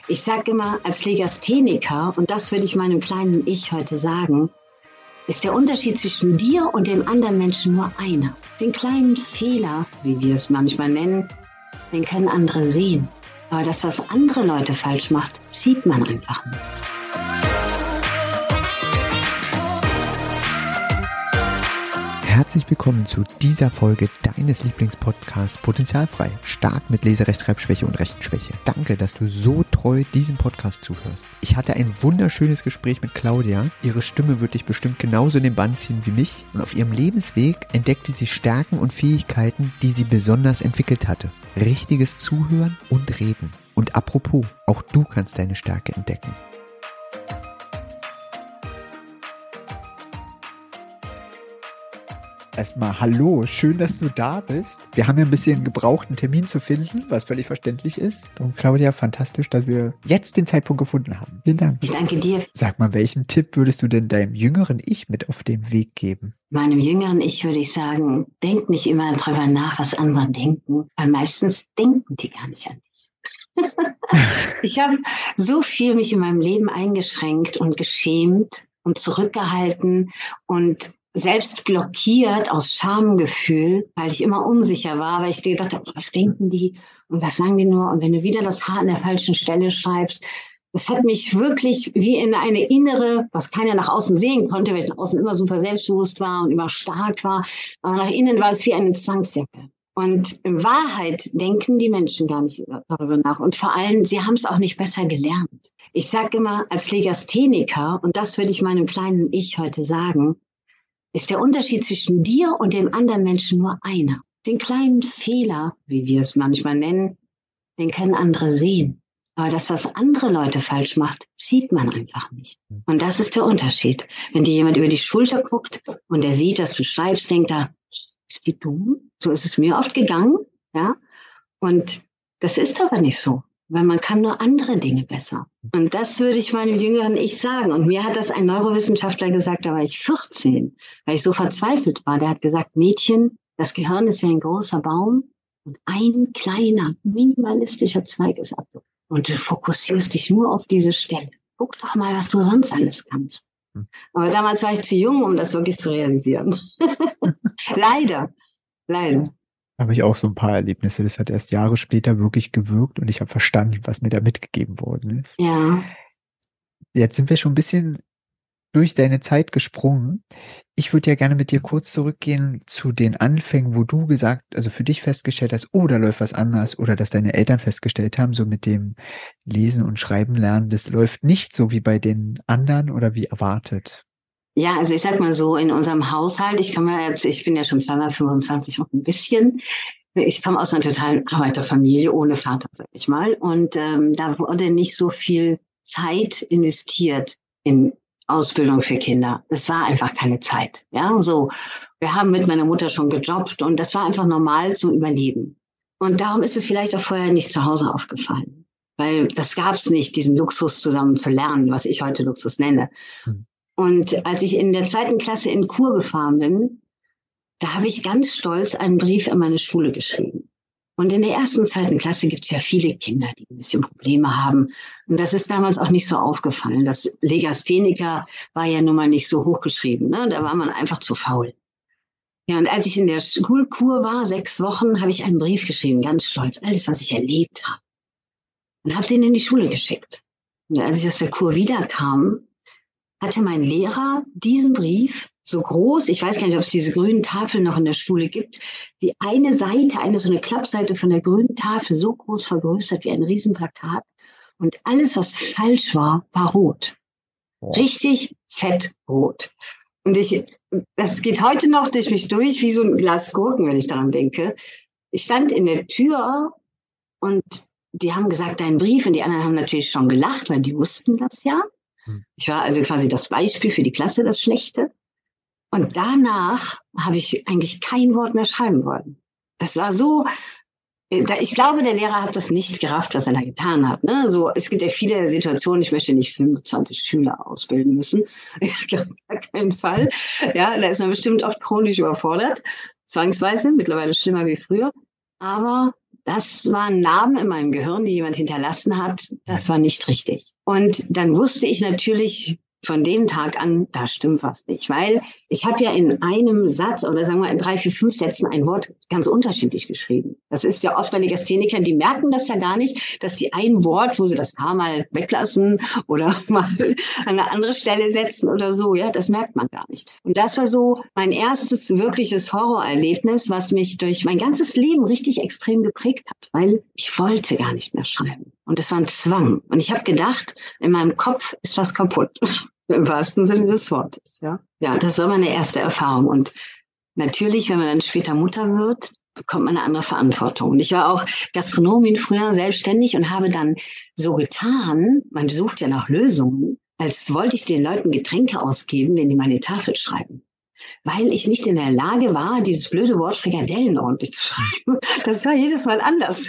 Ich sage immer, als Legastheniker, und das würde ich meinem kleinen Ich heute sagen, ist der Unterschied zwischen dir und dem anderen Menschen nur einer. Den kleinen Fehler, wie wir es manchmal nennen, den können andere sehen. Aber das, was andere Leute falsch macht, sieht man einfach nicht. Herzlich willkommen zu dieser Folge deines Lieblingspodcasts Potenzialfrei. Stark mit Leserechtschreibschwäche und Rechtschwäche. Danke, dass du so treu diesem Podcast zuhörst. Ich hatte ein wunderschönes Gespräch mit Claudia. Ihre Stimme wird dich bestimmt genauso in den Bann ziehen wie mich. Und auf ihrem Lebensweg entdeckte sie Stärken und Fähigkeiten, die sie besonders entwickelt hatte. Richtiges Zuhören und Reden. Und apropos, auch du kannst deine Stärke entdecken. Erstmal hallo, schön, dass du da bist. Wir haben ja ein bisschen gebraucht, einen Termin zu finden, was völlig verständlich ist. Und Claudia, fantastisch, dass wir jetzt den Zeitpunkt gefunden haben. Vielen Dank. Ich danke dir. Sag mal, welchen Tipp würdest du denn deinem jüngeren Ich mit auf den Weg geben? Meinem jüngeren Ich würde ich sagen, denk nicht immer darüber nach, was andere denken, weil meistens denken die gar nicht an dich. Ich habe so viel mich in meinem Leben eingeschränkt und geschämt und zurückgehalten und selbst blockiert aus Schamgefühl, weil ich immer unsicher war, weil ich gedacht habe, was denken die und was sagen die nur? Und wenn du wieder das H an der falschen Stelle schreibst, das hat mich wirklich wie in eine innere, was keiner nach außen sehen konnte, weil ich nach außen immer super selbstbewusst war und immer stark war, aber nach innen war es wie eine Zwangsjacke. Und in Wahrheit denken die Menschen gar nicht darüber nach. Und vor allem, sie haben es auch nicht besser gelernt. Ich sage immer, als Legastheniker, und das würde ich meinem kleinen Ich heute sagen, ist der Unterschied zwischen dir und dem anderen Menschen nur einer. Den kleinen Fehler, wie wir es manchmal nennen, den können andere sehen. Aber das, was andere Leute falsch macht, sieht man einfach nicht. Und das ist der Unterschied. Wenn dir jemand über die Schulter guckt und er sieht, dass du schreibst, denkt er, ist die dumm? So ist es mir oft gegangen, ja. Und das ist aber nicht so, weil man kann nur andere Dinge besser. Und das würde ich meinem jüngeren Ich sagen. Und mir hat das ein Neurowissenschaftler gesagt, da war ich 14, weil ich so verzweifelt war. Der hat gesagt, Mädchen, das Gehirn ist wie ein großer Baum und ein kleiner, minimalistischer Zweig ist ab. Und du fokussierst dich nur auf diese Stelle. Guck doch mal, was du sonst alles kannst. Aber damals war ich zu jung, um das wirklich zu realisieren. Leider. Habe ich auch so ein paar Erlebnisse. Das hat erst Jahre später wirklich gewirkt und ich habe verstanden, was mir da mitgegeben worden ist. Ja. Jetzt sind wir schon ein bisschen durch deine Zeit gesprungen. Ich würde ja gerne mit dir kurz zurückgehen zu den Anfängen, wo du also für dich festgestellt hast, oh, da läuft was anders, oder dass deine Eltern festgestellt haben, so mit dem Lesen und Schreiben lernen, das läuft nicht so wie bei den anderen oder wie erwartet. Ja, also ich sag mal so, in unserem Haushalt, ich bin ja schon 225 und ein bisschen, ich komme aus einer totalen Arbeiterfamilie ohne Vater, sag ich mal, und da wurde nicht so viel Zeit investiert in Ausbildung für Kinder. Es war einfach keine Zeit, ja, so. Wir haben mit meiner Mutter schon gejobbt und das war einfach normal zum Überleben. Und darum ist es vielleicht auch vorher nicht zu Hause aufgefallen, weil das gab's nicht, diesen Luxus zusammen zu lernen, was ich heute Luxus nenne. Und als ich in der 2. Klasse in Chur gefahren bin, da habe ich ganz stolz einen Brief an meine Schule geschrieben. Und in der 1. und 2. Klasse gibt es ja viele Kinder, die ein bisschen Probleme haben. Und das ist damals auch nicht so aufgefallen. Das Legastheniker war ja nun mal nicht so hochgeschrieben, ne? Da war man einfach zu faul. Ja, und als ich in der Schulkur war, 6 Wochen, habe ich einen Brief geschrieben, ganz stolz, alles, was ich erlebt habe. Und habe den in die Schule geschickt. Und als ich aus der Kur wiederkam, hatte mein Lehrer diesen Brief so groß, ich weiß gar nicht, ob es diese grünen Tafeln noch in der Schule gibt, wie eine Seite, so eine Klappseite von der grünen Tafel so groß vergrößert wie ein Riesenplakat. Und alles, was falsch war, war rot. Wow. Richtig fett rot. Und das geht heute noch durch mich durch, wie so ein Glas Gurken, wenn ich daran denke. Ich stand in der Tür und die haben gesagt, dein Brief, und die anderen haben natürlich schon gelacht, weil die wussten das ja. Ich war also quasi das Beispiel für die Klasse, das Schlechte. Und danach habe ich eigentlich kein Wort mehr schreiben wollen. Das war so, ich glaube, der Lehrer hat das nicht gerafft, was er da getan hat. Ne? So, es gibt ja viele Situationen, ich möchte nicht 25 Schüler ausbilden müssen. Gar keinen Fall. Ja, da ist man bestimmt oft chronisch überfordert. Zwangsweise, mittlerweile schlimmer wie früher. Aber das waren Narben in meinem Gehirn, die jemand hinterlassen hat. Das war nicht richtig. Und dann wusste ich natürlich von dem Tag an, da stimmt was nicht, weil ich habe ja in einem Satz oder sagen wir in 3, 4, 5 Sätzen ein Wort ganz unterschiedlich geschrieben. Das ist ja oft bei Legasthenikern, die merken das ja gar nicht, dass die ein Wort, wo sie das H mal weglassen oder mal an eine andere Stelle setzen oder so, ja, das merkt man gar nicht. Und das war so mein erstes wirkliches Horrorerlebnis, was mich durch mein ganzes Leben richtig extrem geprägt hat, weil ich wollte gar nicht mehr schreiben. Und es war ein Zwang. Und ich habe gedacht, in meinem Kopf ist was kaputt. Im wahrsten Sinne des Wortes, ja. Ja, das war meine erste Erfahrung. Und natürlich, wenn man dann später Mutter wird, bekommt man eine andere Verantwortung. Und ich war auch Gastronomin früher selbstständig und habe dann so getan, man sucht ja nach Lösungen, als wollte ich den Leuten Getränke ausgeben, wenn die meine Tafel schreiben. Weil ich nicht in der Lage war, dieses blöde Wort Frikadellen ordentlich zu schreiben. Das war jedes Mal anders.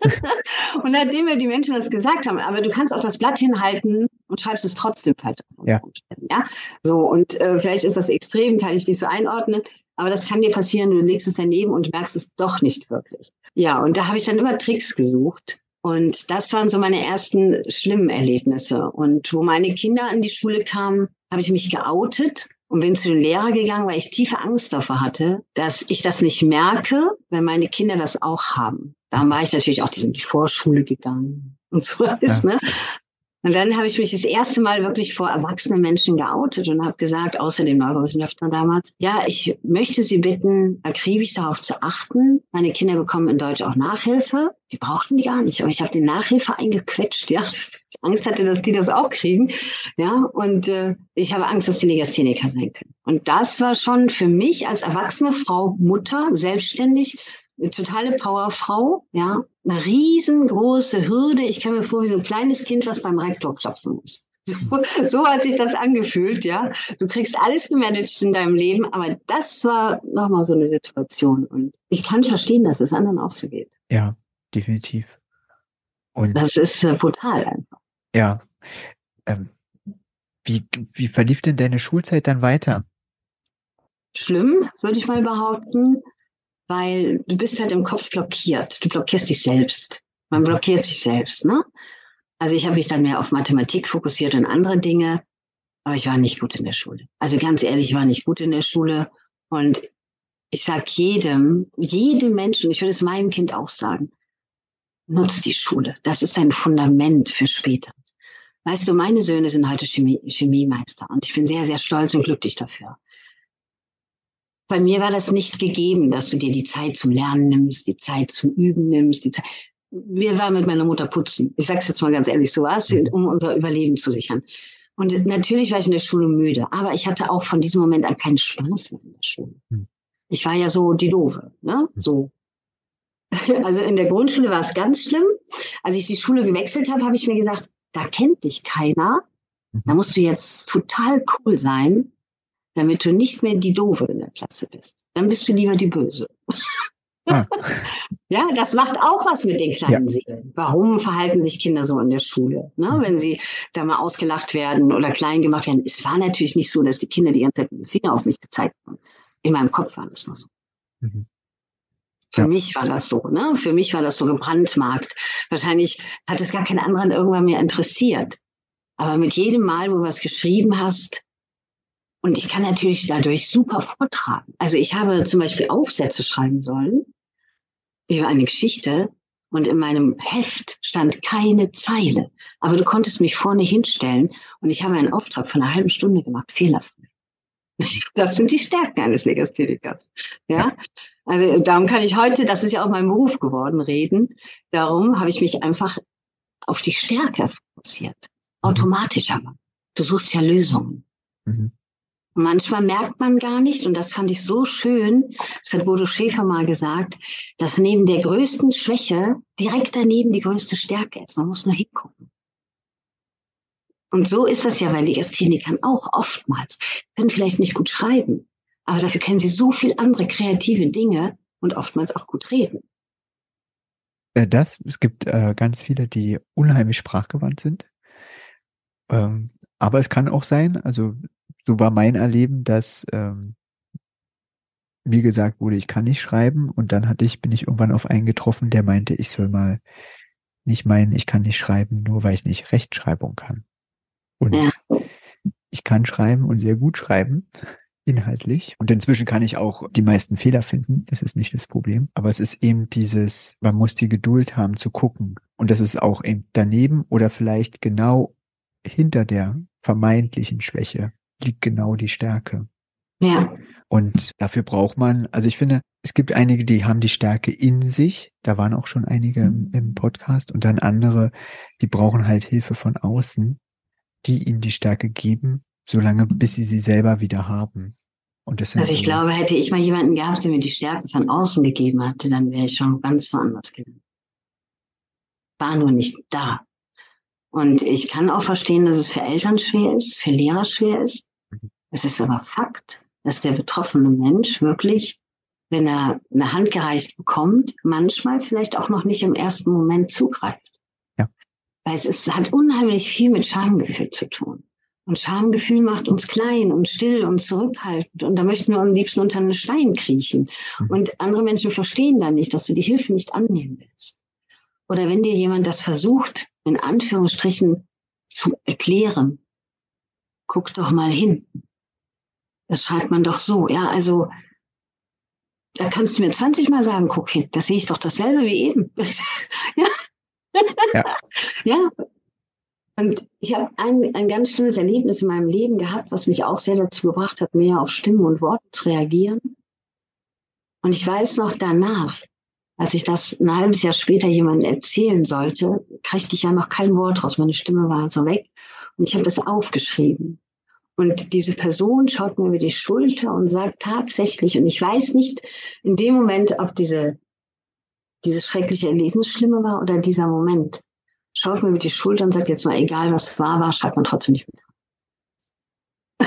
Und nachdem mir die Menschen das gesagt haben, aber du kannst auch das Blatt hinhalten und schreibst es trotzdem falsch. Ja. Ja? So, und vielleicht ist das extrem, kann ich nicht so einordnen, aber das kann dir passieren, du legst es daneben und merkst es doch nicht wirklich. Ja, und da habe ich dann immer Tricks gesucht. Und das waren so meine ersten schlimmen Erlebnisse. Und wo meine Kinder an die Schule kamen, habe ich mich geoutet und bin zu den Lehrern gegangen, weil ich tiefe Angst davor hatte, dass ich das nicht merke, wenn meine Kinder das auch haben. Dann war ich natürlich auch in die Vorschule gegangen und so alles, ne? Und dann habe ich mich das erste Mal wirklich vor erwachsenen Menschen geoutet und habe gesagt, außerdem Neurowissenschaftler damals, ja, ich möchte Sie bitten, akribisch darauf zu achten. Meine Kinder bekommen in Deutsch auch Nachhilfe. Die brauchten die gar nicht, aber ich habe die Nachhilfe eingequetscht, ja. Ich Angst hatte, dass die das auch kriegen, ja. Und ich habe Angst, dass die Legastheniker sein können. Und das war schon für mich als erwachsene Frau, Mutter, selbstständig, eine totale Powerfrau, ja, eine riesengroße Hürde. Ich kam mir vor wie so ein kleines Kind, was beim Rektor klopfen muss. So hat sich das angefühlt, ja. Du kriegst alles gemanagt in deinem Leben, aber das war nochmal so eine Situation. Und ich kann verstehen, dass es anderen auch so geht. Ja, definitiv. Und das ist brutal einfach. Ja. Wie verlief denn deine Schulzeit dann weiter? Schlimm, würde ich mal behaupten. Weil du bist halt im Kopf blockiert. Du blockierst dich selbst. Man blockiert sich selbst, ne? Also ich habe mich dann mehr auf Mathematik fokussiert und andere Dinge, aber ich war nicht gut in der Schule. Also ganz ehrlich, ich war nicht gut in der Schule. Und ich sage jedem Menschen, ich würde es meinem Kind auch sagen, nutzt die Schule. Das ist ein Fundament für später. Weißt du, meine Söhne sind heute Chemiemeister und ich bin sehr, sehr stolz und glücklich dafür. Bei mir war das nicht gegeben, dass du dir die Zeit zum Lernen nimmst, die Zeit zum Üben nimmst. Wir waren mit meiner Mutter putzen. Ich sag's jetzt mal ganz ehrlich, so war es, um unser Überleben zu sichern. Und natürlich war ich in der Schule müde, aber ich hatte auch von diesem Moment an keinen Spaß mehr in der Schule. Ich war ja so die Doofe, ne? So. Also in der Grundschule war es ganz schlimm. Als ich die Schule gewechselt habe, habe ich mir gesagt, da kennt dich keiner. Da musst du jetzt total cool sein, damit du nicht mehr die Doofe in der Klasse bist. Dann bist du lieber die Böse. Ah. Ja, das macht auch was mit den kleinen Seelen. Warum verhalten sich Kinder so in der Schule? Ne? Wenn sie da mal ausgelacht werden oder klein gemacht werden. Es war natürlich nicht so, dass die Kinder die ganze Zeit mit dem Finger auf mich gezeigt haben. In meinem Kopf war das nur so. Für mich war das so, ne? Für mich war das so gebrandmarkt. Wahrscheinlich hat es gar keinen anderen irgendwann mehr interessiert. Aber mit jedem Mal, wo du was geschrieben hast, und ich kann natürlich dadurch super vortragen. Also ich habe zum Beispiel Aufsätze schreiben sollen über eine Geschichte und in meinem Heft stand keine Zeile. Aber du konntest mich vorne hinstellen und ich habe einen Auftrag von einer halben Stunde gemacht, fehlerfrei. Das sind die Stärken eines Legasthenikers. Ja? Also darum kann ich heute, das ist ja auch mein Beruf geworden, reden. Darum habe ich mich einfach auf die Stärke fokussiert. Automatischer. Du suchst ja Lösungen. Manchmal merkt man gar nicht, und das fand ich so schön, das hat Bodo Schäfer mal gesagt, dass neben der größten Schwäche direkt daneben die größte Stärke ist. Man muss nur hingucken. Und so ist das ja bei Legasthenikern auch oftmals. Können vielleicht nicht gut schreiben, aber dafür können sie so viel andere kreative Dinge und oftmals auch gut reden. Es gibt ganz viele, die unheimlich sprachgewandt sind. Aber es kann auch sein, also so war mein Erleben, dass mir gesagt wurde, ich kann nicht schreiben. Und dann bin ich irgendwann auf einen getroffen, der meinte, ich soll mal nicht meinen, ich kann nicht schreiben, nur weil ich nicht Rechtschreibung kann. Ja. Und ich kann schreiben und sehr gut schreiben, inhaltlich. Und inzwischen kann ich auch die meisten Fehler finden. Das ist nicht das Problem. Aber es ist eben man muss die Geduld haben zu gucken. Und das ist auch eben daneben oder vielleicht genau hinter der vermeintlichen Schwäche liegt genau die Stärke. Ja. Und dafür braucht man, also ich finde, es gibt einige, die haben die Stärke in sich. Da waren auch schon einige im Podcast. Und dann andere, die brauchen halt Hilfe von außen, die ihnen die Stärke geben, solange bis sie selber wieder haben. Und das sind Also ich glaube, hätte ich mal jemanden gehabt, der mir die Stärke von außen gegeben hatte, dann wäre ich schon ganz woanders gewesen. War nur nicht da. Und ich kann auch verstehen, dass es für Eltern schwer ist, für Lehrer schwer ist. Es ist aber Fakt, dass der betroffene Mensch wirklich, wenn er eine Hand gereicht bekommt, manchmal vielleicht auch noch nicht im ersten Moment zugreift. Ja. Weil es hat unheimlich viel mit Schamgefühl zu tun. Und Schamgefühl macht uns klein und still und zurückhaltend. Und da möchten wir am liebsten unter einen Stein kriechen. Und andere Menschen verstehen dann nicht, dass du die Hilfe nicht annehmen willst. Oder wenn dir jemand das versucht, in Anführungsstrichen zu erklären, guck doch mal hin. Das schreibt man doch so. Ja, also da kannst du mir 20 Mal sagen, guck hin. Da sehe ich doch dasselbe wie eben. Ja. Ja. Ja. Und ich habe ein ganz schlimmes Erlebnis in meinem Leben gehabt, was mich auch sehr dazu gebracht hat, mehr auf Stimmen und Worte zu reagieren. Und ich weiß noch danach, als ich das ein halbes Jahr später jemandem erzählen sollte, kriegte ich ja noch kein Wort raus. Meine Stimme war so weg. Und ich habe das aufgeschrieben. Und diese Person schaut mir über die Schulter und sagt tatsächlich, und ich weiß nicht in dem Moment, ob dieses schreckliche Erlebnis schlimmer war oder dieser Moment, schaut mir über die Schulter und sagt jetzt mal, egal was war, schreibt man trotzdem nicht mehr.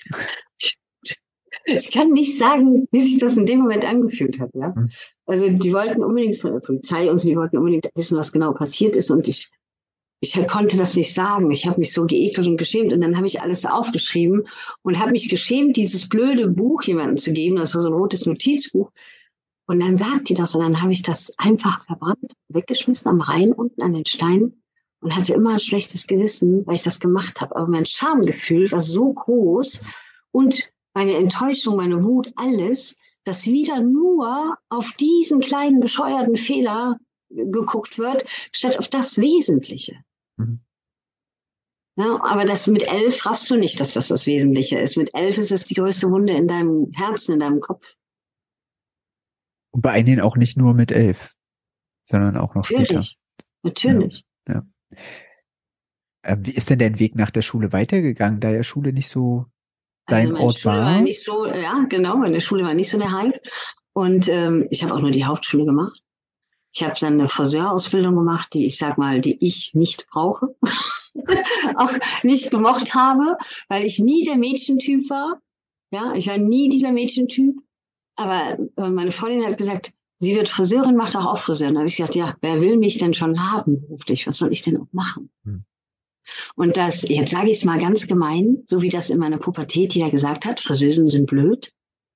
Ich kann nicht sagen, wie sich das in dem Moment angefühlt hat. Ja? Also die wollten unbedingt von der Polizei und die wollten unbedingt wissen, was genau passiert ist. Und ich konnte das nicht sagen. Ich habe mich so geekelt und geschämt. Und dann habe ich alles aufgeschrieben und habe mich geschämt, dieses blöde Buch jemandem zu geben. Das war so ein rotes Notizbuch. Und dann sagt die das und dann habe ich das einfach verbrannt, weggeschmissen am Rhein unten an den Steinen und hatte immer ein schlechtes Gewissen, weil ich das gemacht habe. Aber mein Schamgefühl war so groß und meine Enttäuschung, meine Wut, alles, dass wieder nur auf diesen kleinen bescheuerten Fehler geguckt wird, statt auf das Wesentliche. Mhm. Ja, aber das mit 11 raffst du nicht, dass das Wesentliche ist. Mit 11 ist es die größte Wunde in deinem Herzen, in deinem Kopf. Und bei einigen auch nicht nur mit 11, sondern auch noch später. Natürlich. Ja. Wie ist denn dein Weg nach der Schule weitergegangen, da ja Schule nicht so dein Ort war? War nicht so, ja, genau, meine Schule war nicht so der Hype. Und ich habe auch nur die Hauptschule gemacht. Ich habe dann eine Friseurausbildung gemacht, die ich nicht brauche, auch nicht gemocht habe, weil ich nie der Mädchentyp war. Ja, ich war nie dieser Mädchentyp. Aber meine Freundin hat gesagt, sie wird Friseurin, macht auch Friseurin. Da habe ich gesagt, ja, wer will mich denn schon haben beruflich? Was soll ich denn auch machen? Und jetzt sage ich es mal ganz gemein, so wie das in meiner Pubertät jeder gesagt hat, Friseusen sind blöd.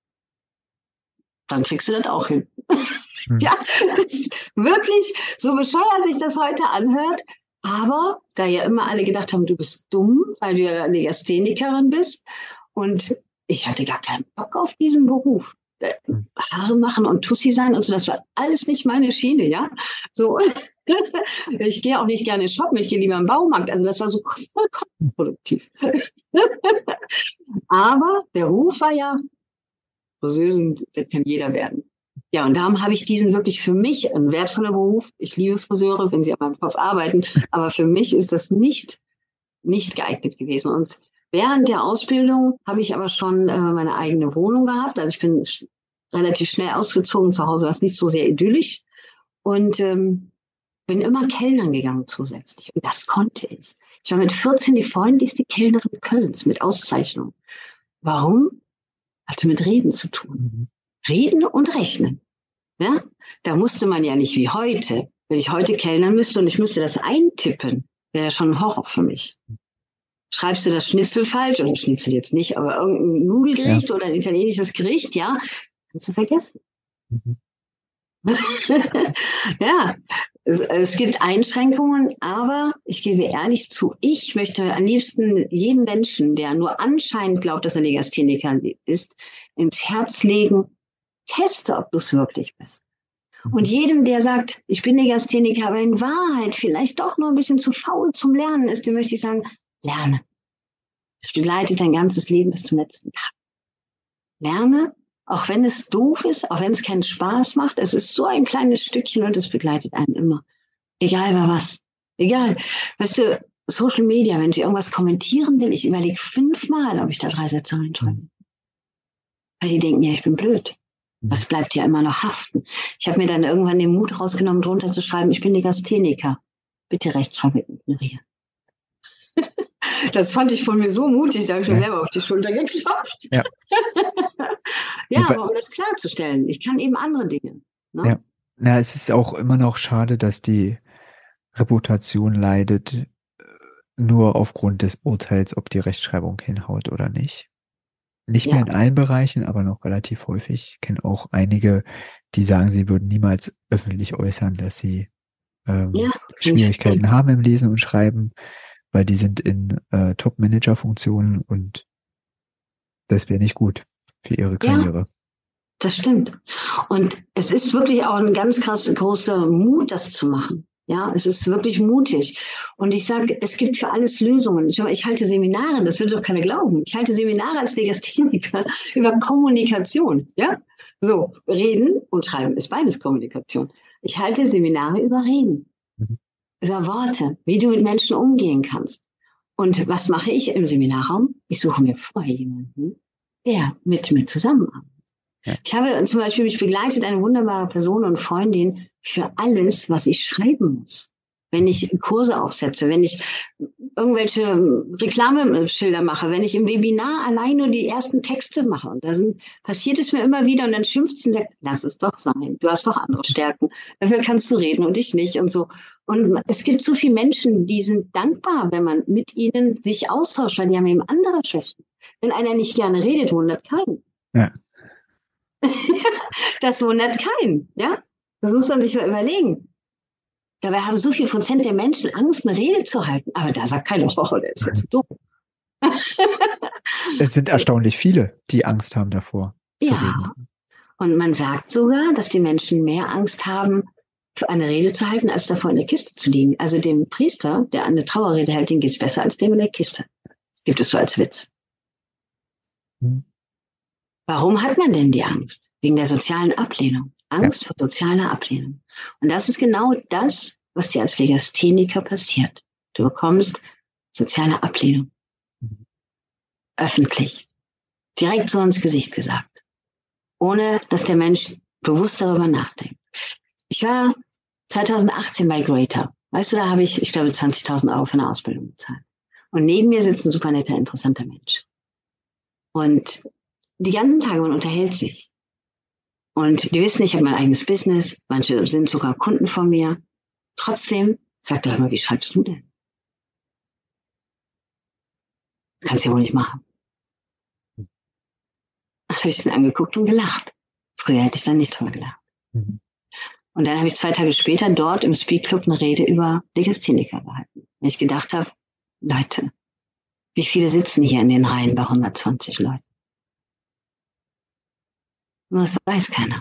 Dann kriegst du das auch hin. Ja, das ist wirklich, so bescheuert sich das heute anhört. Aber da ja immer alle gedacht haben, du bist dumm, weil du ja eine Legasthenikerin bist. Und ich hatte gar keinen Bock auf diesen Beruf. Haare machen und Tussi sein und so, das war alles nicht meine Schiene, ja. So, ich gehe auch nicht gerne shoppen, ich gehe lieber im Baumarkt. Also das war so vollkommen produktiv. Aber der Ruf war ja, Friseusen, das kann jeder werden. Ja, und darum habe ich diesen wirklich für mich ein wertvoller Beruf. Ich liebe Friseure, wenn sie an meinem Kopf arbeiten, aber für mich ist das nicht geeignet gewesen. Und während der Ausbildung habe ich aber schon meine eigene Wohnung gehabt. Also ich bin relativ schnell ausgezogen. Zu Hause war es nicht so sehr idyllisch. Und bin immer Kellnern gegangen zusätzlich. Und das konnte ich. Ich war mit 14 die freundlichste Kellnerin Kölns mit Auszeichnung. Warum? Hatte mit Reden zu tun. Reden und rechnen. Ja? Da musste man ja nicht wie heute. Wenn ich heute kellnern müsste und ich müsste das eintippen, wäre ja schon ein Horror für mich. Schreibst du das Schnitzel falsch, oder Schnitzel jetzt nicht, aber irgendein Nudelgericht oder ein italienisches Gericht, ja, Kannst du vergessen. Mhm. Ja, es gibt Einschränkungen, aber ich gebe ehrlich zu, ich möchte am liebsten jedem Menschen, der nur anscheinend glaubt, dass er Legastheniker ist, ins Herz legen, teste, ob du es wirklich bist. Und jedem, der sagt, ich bin Legastheniker, aber in Wahrheit vielleicht doch nur ein bisschen zu faul zum Lernen ist, dem möchte ich sagen, lerne. Das begleitet dein ganzes Leben bis zum letzten Tag. Lerne, auch wenn es doof ist, auch wenn es keinen Spaß macht. Es ist so ein kleines Stückchen und es begleitet einen immer. Egal bei was. Egal. Weißt du, Social Media, wenn ich irgendwas kommentieren will, ich überlege 5-mal, ob ich da 3 Sätze reinschreibe. Weil die denken, ja, ich bin blöd. Das bleibt ja immer noch haften. Ich habe mir dann irgendwann den Mut rausgenommen, drunter zu schreiben, ich bin Legastheniker. Bitte Rechtschreibung ignorieren. Das fand ich von mir so mutig, da habe ich mir selber auf die Schulter geklopft. Ja, ja, aber um das klarzustellen, ich kann eben andere Dinge. Ne? Ja. Na, es ist auch immer noch schade, dass die Reputation leidet, nur aufgrund des Urteils, ob die Rechtschreibung hinhaut oder nicht. Nicht mehr in allen Bereichen, aber noch relativ häufig. Ich kenne auch einige, die sagen, sie würden niemals öffentlich äußern, dass sie Schwierigkeiten haben im Lesen und Schreiben, weil die sind in Top-Manager-Funktionen und das wäre nicht gut für ihre Karriere. Ja, das stimmt. Und es ist wirklich auch ein ganz großer Mut, das zu machen. Ja, es ist wirklich mutig. Und ich sage, es gibt für alles Lösungen. Ich halte Seminare, das wird doch keiner glauben. Ich halte Seminare als Legastheniker über Kommunikation. Ja, so, reden und schreiben ist beides Kommunikation. Ich halte Seminare über Reden, über Worte, wie du mit Menschen umgehen kannst. Und was mache ich im Seminarraum? Ich suche mir vorher jemanden, der mit mir zusammenarbeitet. Ja. Ich habe zum Beispiel mich begleitet, eine wunderbare Person und Freundin für alles, was ich schreiben muss. Wenn ich Kurse aufsetze, wenn ich irgendwelche Reklameschilder mache, wenn ich im Webinar allein nur die ersten Texte mache. Und passiert es mir immer wieder und dann schimpft sie und sagt, lass es doch sein, du hast doch andere Stärken, dafür kannst du reden und ich nicht und so. Und es gibt so viele Menschen, die sind dankbar, wenn man mit ihnen sich austauscht, weil die haben eben andere Schwächen. Wenn einer nicht gerne redet, wundert keinen. Ja. Das wundert keinen, ja? Das muss man sich mal überlegen. Dabei haben so viel Prozent der Menschen Angst, eine Rede zu halten. Aber da sagt keiner, oh, der ist jetzt doof. Es sind erstaunlich viele, die Angst haben davor zu reden. Und man sagt sogar, dass die Menschen mehr Angst haben, für eine Rede zu halten, als davor in der Kiste zu liegen. Also dem Priester, der eine Trauerrede hält, dem geht es besser als dem in der Kiste. Das gibt es so als Witz. Warum hat man denn die Angst? Wegen der sozialen Ablehnung. Angst vor sozialer Ablehnung. Und das ist genau das, was dir als Legastheniker passiert. Du bekommst soziale Ablehnung. Öffentlich. Direkt so ins Gesicht gesagt. Ohne, dass der Mensch bewusst darüber nachdenkt. Ich war 2018 bei Greater. Weißt du, da habe ich glaube, 20.000 € für eine Ausbildung bezahlt. Und neben mir sitzt ein super netter, interessanter Mensch. Und die ganzen Tage, man unterhält sich. Und die wissen, ich habe mein eigenes Business. Manche sind sogar Kunden von mir. Trotzdem sagt er immer, wie schreibst du denn? Kannst du ja wohl nicht machen. Habe ich ihn angeguckt und gelacht. Früher hätte ich dann nicht drüber gelacht. Und dann habe ich 2 Tage später dort im Speak Club eine Rede über Legastheniker gehalten. Wenn ich gedacht habe, Leute, wie viele sitzen hier in den Reihen bei 120 Leuten? Und das weiß keiner.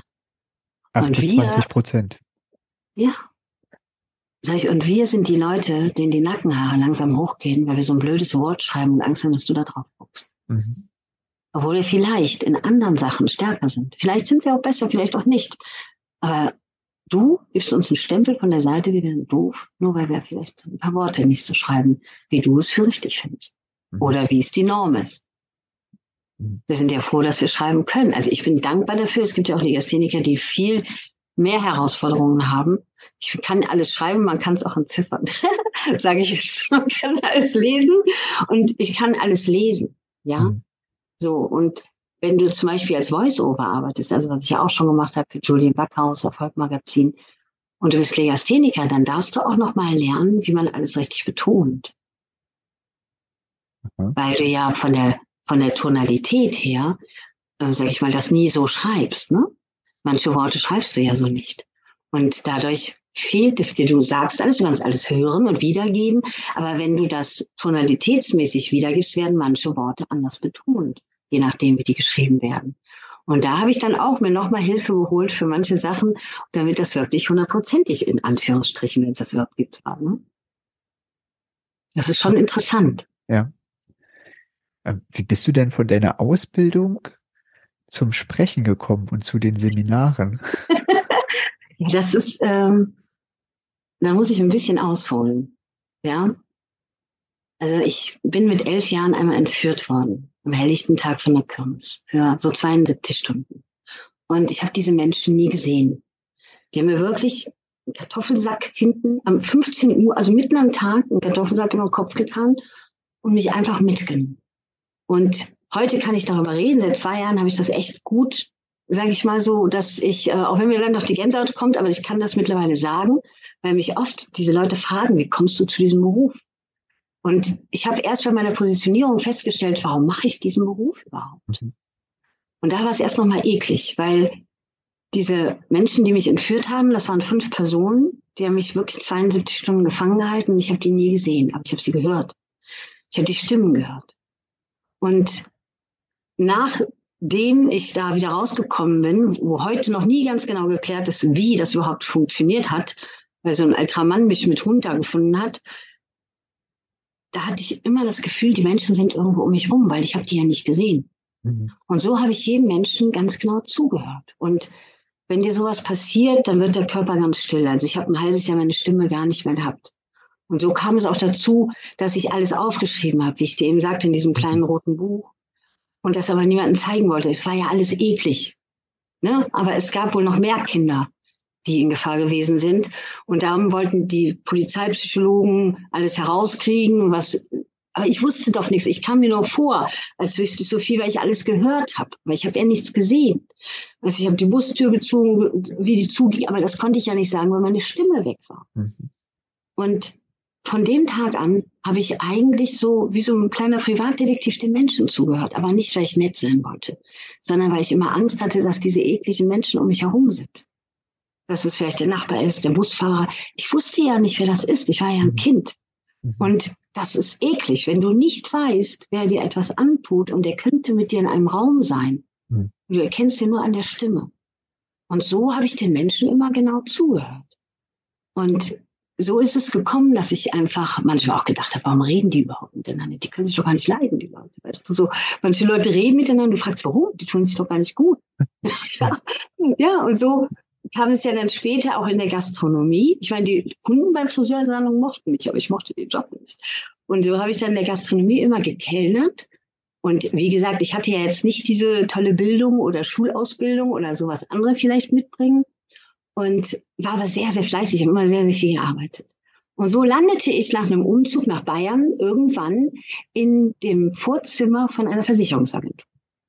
28%. Ja. Sag ich, und wir sind die Leute, denen die Nackenhaare langsam hochgehen, weil wir so ein blödes Wort schreiben und Angst haben, dass du da drauf guckst. Obwohl wir vielleicht in anderen Sachen stärker sind. Vielleicht sind wir auch besser, vielleicht auch nicht. Aber du gibst uns einen Stempel von der Seite, wir wären doof, nur weil wir vielleicht ein paar Worte nicht so schreiben, wie du es für richtig findest. Oder wie es die Norm ist. Wir sind ja froh, dass wir schreiben können. Also ich bin dankbar dafür. Es gibt ja auch Legastheniker, die viel mehr Herausforderungen haben. Ich kann alles schreiben, man kann es auch entziffern. Sage ich jetzt. Man kann alles lesen und ich kann alles lesen. Ja. So, und wenn du zum Beispiel als Voice-Over arbeitest, also was ich ja auch schon gemacht habe für Julian Backhaus, Erfolg-Magazin, und du bist Legastheniker, dann darfst du auch noch mal lernen, wie man alles richtig betont. Weil du ja von der Tonalität her sag ich mal, das nie so schreibst, ne? Manche Worte schreibst du ja so nicht. Und dadurch fehlt es dir. Du sagst alles, du kannst alles hören und wiedergeben. Aber wenn du das tonalitätsmäßig wiedergibst, werden manche Worte anders betont, je nachdem, wie die geschrieben werden. Und da habe ich dann auch mir nochmal Hilfe geholt für manche Sachen, damit das wirklich 100%ig in Anführungsstrichen, wenn es das überhaupt gibt, war. Ne? Das ist schon interessant. Ja. Wie bist du denn von deiner Ausbildung zum Sprechen gekommen und zu den Seminaren? Ja, das ist, da muss ich ein bisschen ausholen. Ja. Also ich bin mit 11 Jahren einmal entführt worden, am helllichten Tag von der Kirmes, für so 72 Stunden. Und ich habe diese Menschen nie gesehen. Die haben mir wirklich einen Kartoffelsack hinten am 15 Uhr, also mitten am Tag, einen Kartoffelsack über den Kopf getan und mich einfach mitgenommen. Und heute kann ich darüber reden. Seit 2 Jahren habe ich das echt gut, sage ich mal so, dass ich, auch wenn mir dann noch die Gänsehaut kommt, aber ich kann das mittlerweile sagen, weil mich oft diese Leute fragen, wie kommst du zu diesem Beruf? Und ich habe erst bei meiner Positionierung festgestellt, warum mache ich diesen Beruf überhaupt? Und da war es erst nochmal eklig, weil diese Menschen, die mich entführt haben, das waren 5 Personen, die haben mich wirklich 72 Stunden gefangen gehalten und ich habe die nie gesehen, aber ich habe sie gehört. Ich habe die Stimmen gehört. Und nachdem ich da wieder rausgekommen bin, wo heute noch nie ganz genau geklärt ist, wie das überhaupt funktioniert hat, weil so ein älterer Mann mich mit Hund da gefunden hat, da hatte ich immer das Gefühl, die Menschen sind irgendwo um mich rum, weil ich habe die ja nicht gesehen. Und so habe ich jedem Menschen ganz genau zugehört. Und wenn dir sowas passiert, dann wird der Körper ganz still. Also ich habe ein halbes Jahr meine Stimme gar nicht mehr gehabt. Und so kam es auch dazu, dass ich alles aufgeschrieben habe, wie ich dir eben sagte, in diesem kleinen roten Buch. Und das aber niemandem zeigen wollte. Es war ja alles eklig. Ne? Aber es gab wohl noch mehr Kinder, die in Gefahr gewesen sind. Und darum wollten die Polizeipsychologen alles herauskriegen, aber ich wusste doch nichts. Ich kam mir nur vor, als wüsste ich so viel, weil ich alles gehört habe. Aber ich habe ja nichts gesehen. Also ich habe die Bustür gezogen, wie die zuging, aber das konnte ich ja nicht sagen, weil meine Stimme weg war. Und von dem Tag an habe ich eigentlich so wie so ein kleiner Privatdetektiv den Menschen zugehört. Aber nicht, weil ich nett sein wollte, sondern weil ich immer Angst hatte, dass diese ekligen Menschen um mich herum sind. Dass es vielleicht der Nachbar ist, der Busfahrer. Ich wusste ja nicht, wer das ist. Ich war ja ein Kind. Und das ist eklig, wenn du nicht weißt, wer dir etwas antut und der könnte mit dir in einem Raum sein. Du erkennst ihn nur an der Stimme. Und so habe ich den Menschen immer genau zugehört. Und so ist es gekommen, dass ich einfach manchmal auch gedacht habe, warum reden die überhaupt miteinander? Die können sich doch gar nicht leiden, die Leute. Weißt du, so, manche Leute reden miteinander, du fragst, warum? Die tun sich doch gar nicht gut. Ja, und so kam es ja dann später auch in der Gastronomie. Ich meine, die Kunden beim Friseursalon mochten mich, aber ich mochte den Job nicht. Und so habe ich dann in der Gastronomie immer gekellnert. Und wie gesagt, ich hatte ja jetzt nicht diese tolle Bildung oder Schulausbildung oder sowas andere vielleicht mitbringen. Und war aber sehr, sehr fleißig, habe immer sehr, sehr viel gearbeitet. Und so landete ich nach einem Umzug nach Bayern irgendwann in dem Vorzimmer von einer Versicherungsagentur.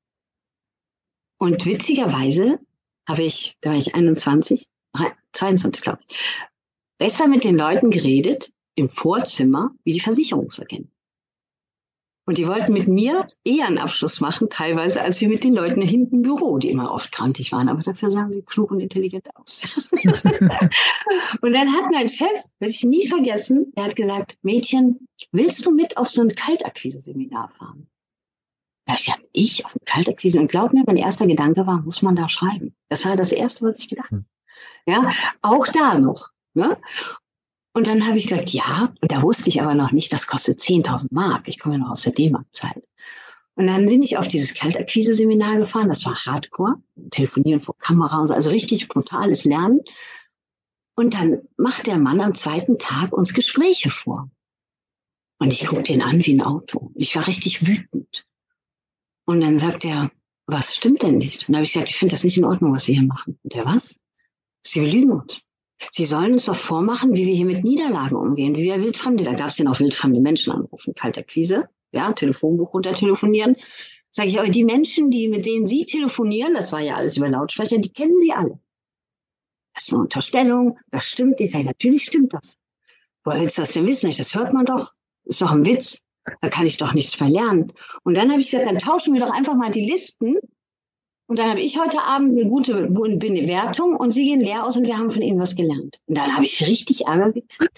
Und witzigerweise habe ich, da war ich 22 glaube ich, besser mit den Leuten geredet im Vorzimmer wie die Versicherungsagenten. Und die wollten mit mir eher einen Abschluss machen, teilweise, als wir mit den Leuten hinten im Büro, die immer oft krantig waren. Aber dafür sahen sie klug und intelligent aus. Und dann hat mein Chef, werde ich nie vergessen, er hat gesagt, Mädchen, willst du mit auf so ein Kaltakquise-Seminar fahren? Da habe ich gesagt, ich auf ein Kaltakquise? Und glaub mir, mein erster Gedanke war, muss man da schreiben? Das war das Erste, was ich gedacht habe. Ja, auch da noch. Ne? Und dann habe ich gesagt, ja, und da wusste ich aber noch nicht, das kostet 10.000 Mark. Ich komme ja noch aus der D-Mark-Zeit. Und dann bin ich auf dieses Kaltakquise-Seminar gefahren. Das war Hardcore, telefonieren vor Kamera und so, also richtig brutales Lernen. Und dann macht der Mann am zweiten Tag uns Gespräche vor. Und ich gucke den an wie ein Auto. Ich war richtig wütend. Und dann sagt er, was stimmt denn nicht? Und dann habe ich gesagt, ich finde das nicht in Ordnung, was Sie hier machen. Und der, was? Sie belügen uns. Sie sollen uns doch vormachen, wie wir hier mit Niederlagen umgehen, wie wir Wildfremde, da gab es ja auch wildfremde Menschen anrufen, Kaltakquise, ja, Telefonbuch runter telefonieren. Sage ich, aber die Menschen, mit denen Sie telefonieren, das war ja alles über Lautsprecher, die kennen Sie alle. Das ist eine Unterstellung, das stimmt. Ich sage, natürlich stimmt das. Woher willst du das denn wissen? Das hört man doch. Ist doch ein Witz. Da kann ich doch nichts mehr lernen. Und dann habe ich gesagt, dann tauschen wir doch einfach mal die Listen Und dann habe ich heute Abend eine gute Bewertung und Sie gehen leer aus und wir haben von Ihnen was gelernt. Und dann habe ich richtig Ärger gekriegt.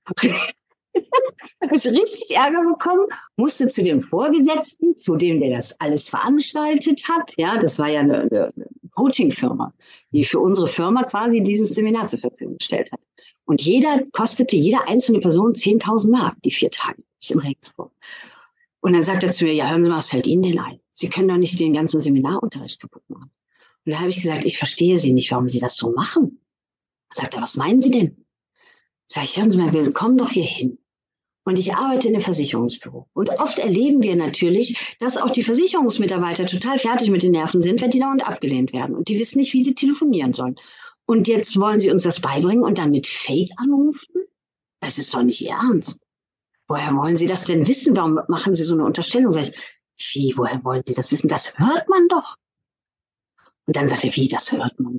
Habe ich richtig Ärger bekommen, musste zu dem Vorgesetzten, zu dem, der das alles veranstaltet hat. Ja, das war ja eine Coaching-Firma, die für unsere Firma quasi dieses Seminar zur Verfügung gestellt hat. Und kostete jede einzelne Person 10.000 Mark, die 4 Tage in Regensburg. Und dann sagt er zu mir, ja, hören Sie mal, was fällt Ihnen denn ein? Sie können doch nicht den ganzen Seminarunterricht kaputt machen. Und da habe ich gesagt, ich verstehe Sie nicht, warum Sie das so machen. Dann sagt er, was meinen Sie denn? Sag ich, hören Sie mal, wir kommen doch hier hin. Und ich arbeite in einem Versicherungsbüro. Und oft erleben wir natürlich, dass auch die Versicherungsmitarbeiter total fertig mit den Nerven sind, wenn die dauernd abgelehnt werden. Und die wissen nicht, wie sie telefonieren sollen. Und jetzt wollen sie uns das beibringen und dann mit Fake anrufen? Das ist doch nicht Ihr Ernst. Woher wollen Sie das denn wissen? Warum machen Sie so eine Unterstellung? Sag ich, wie, woher wollen Sie das wissen? Das hört man doch. Und dann sagt er, wie, das hört man?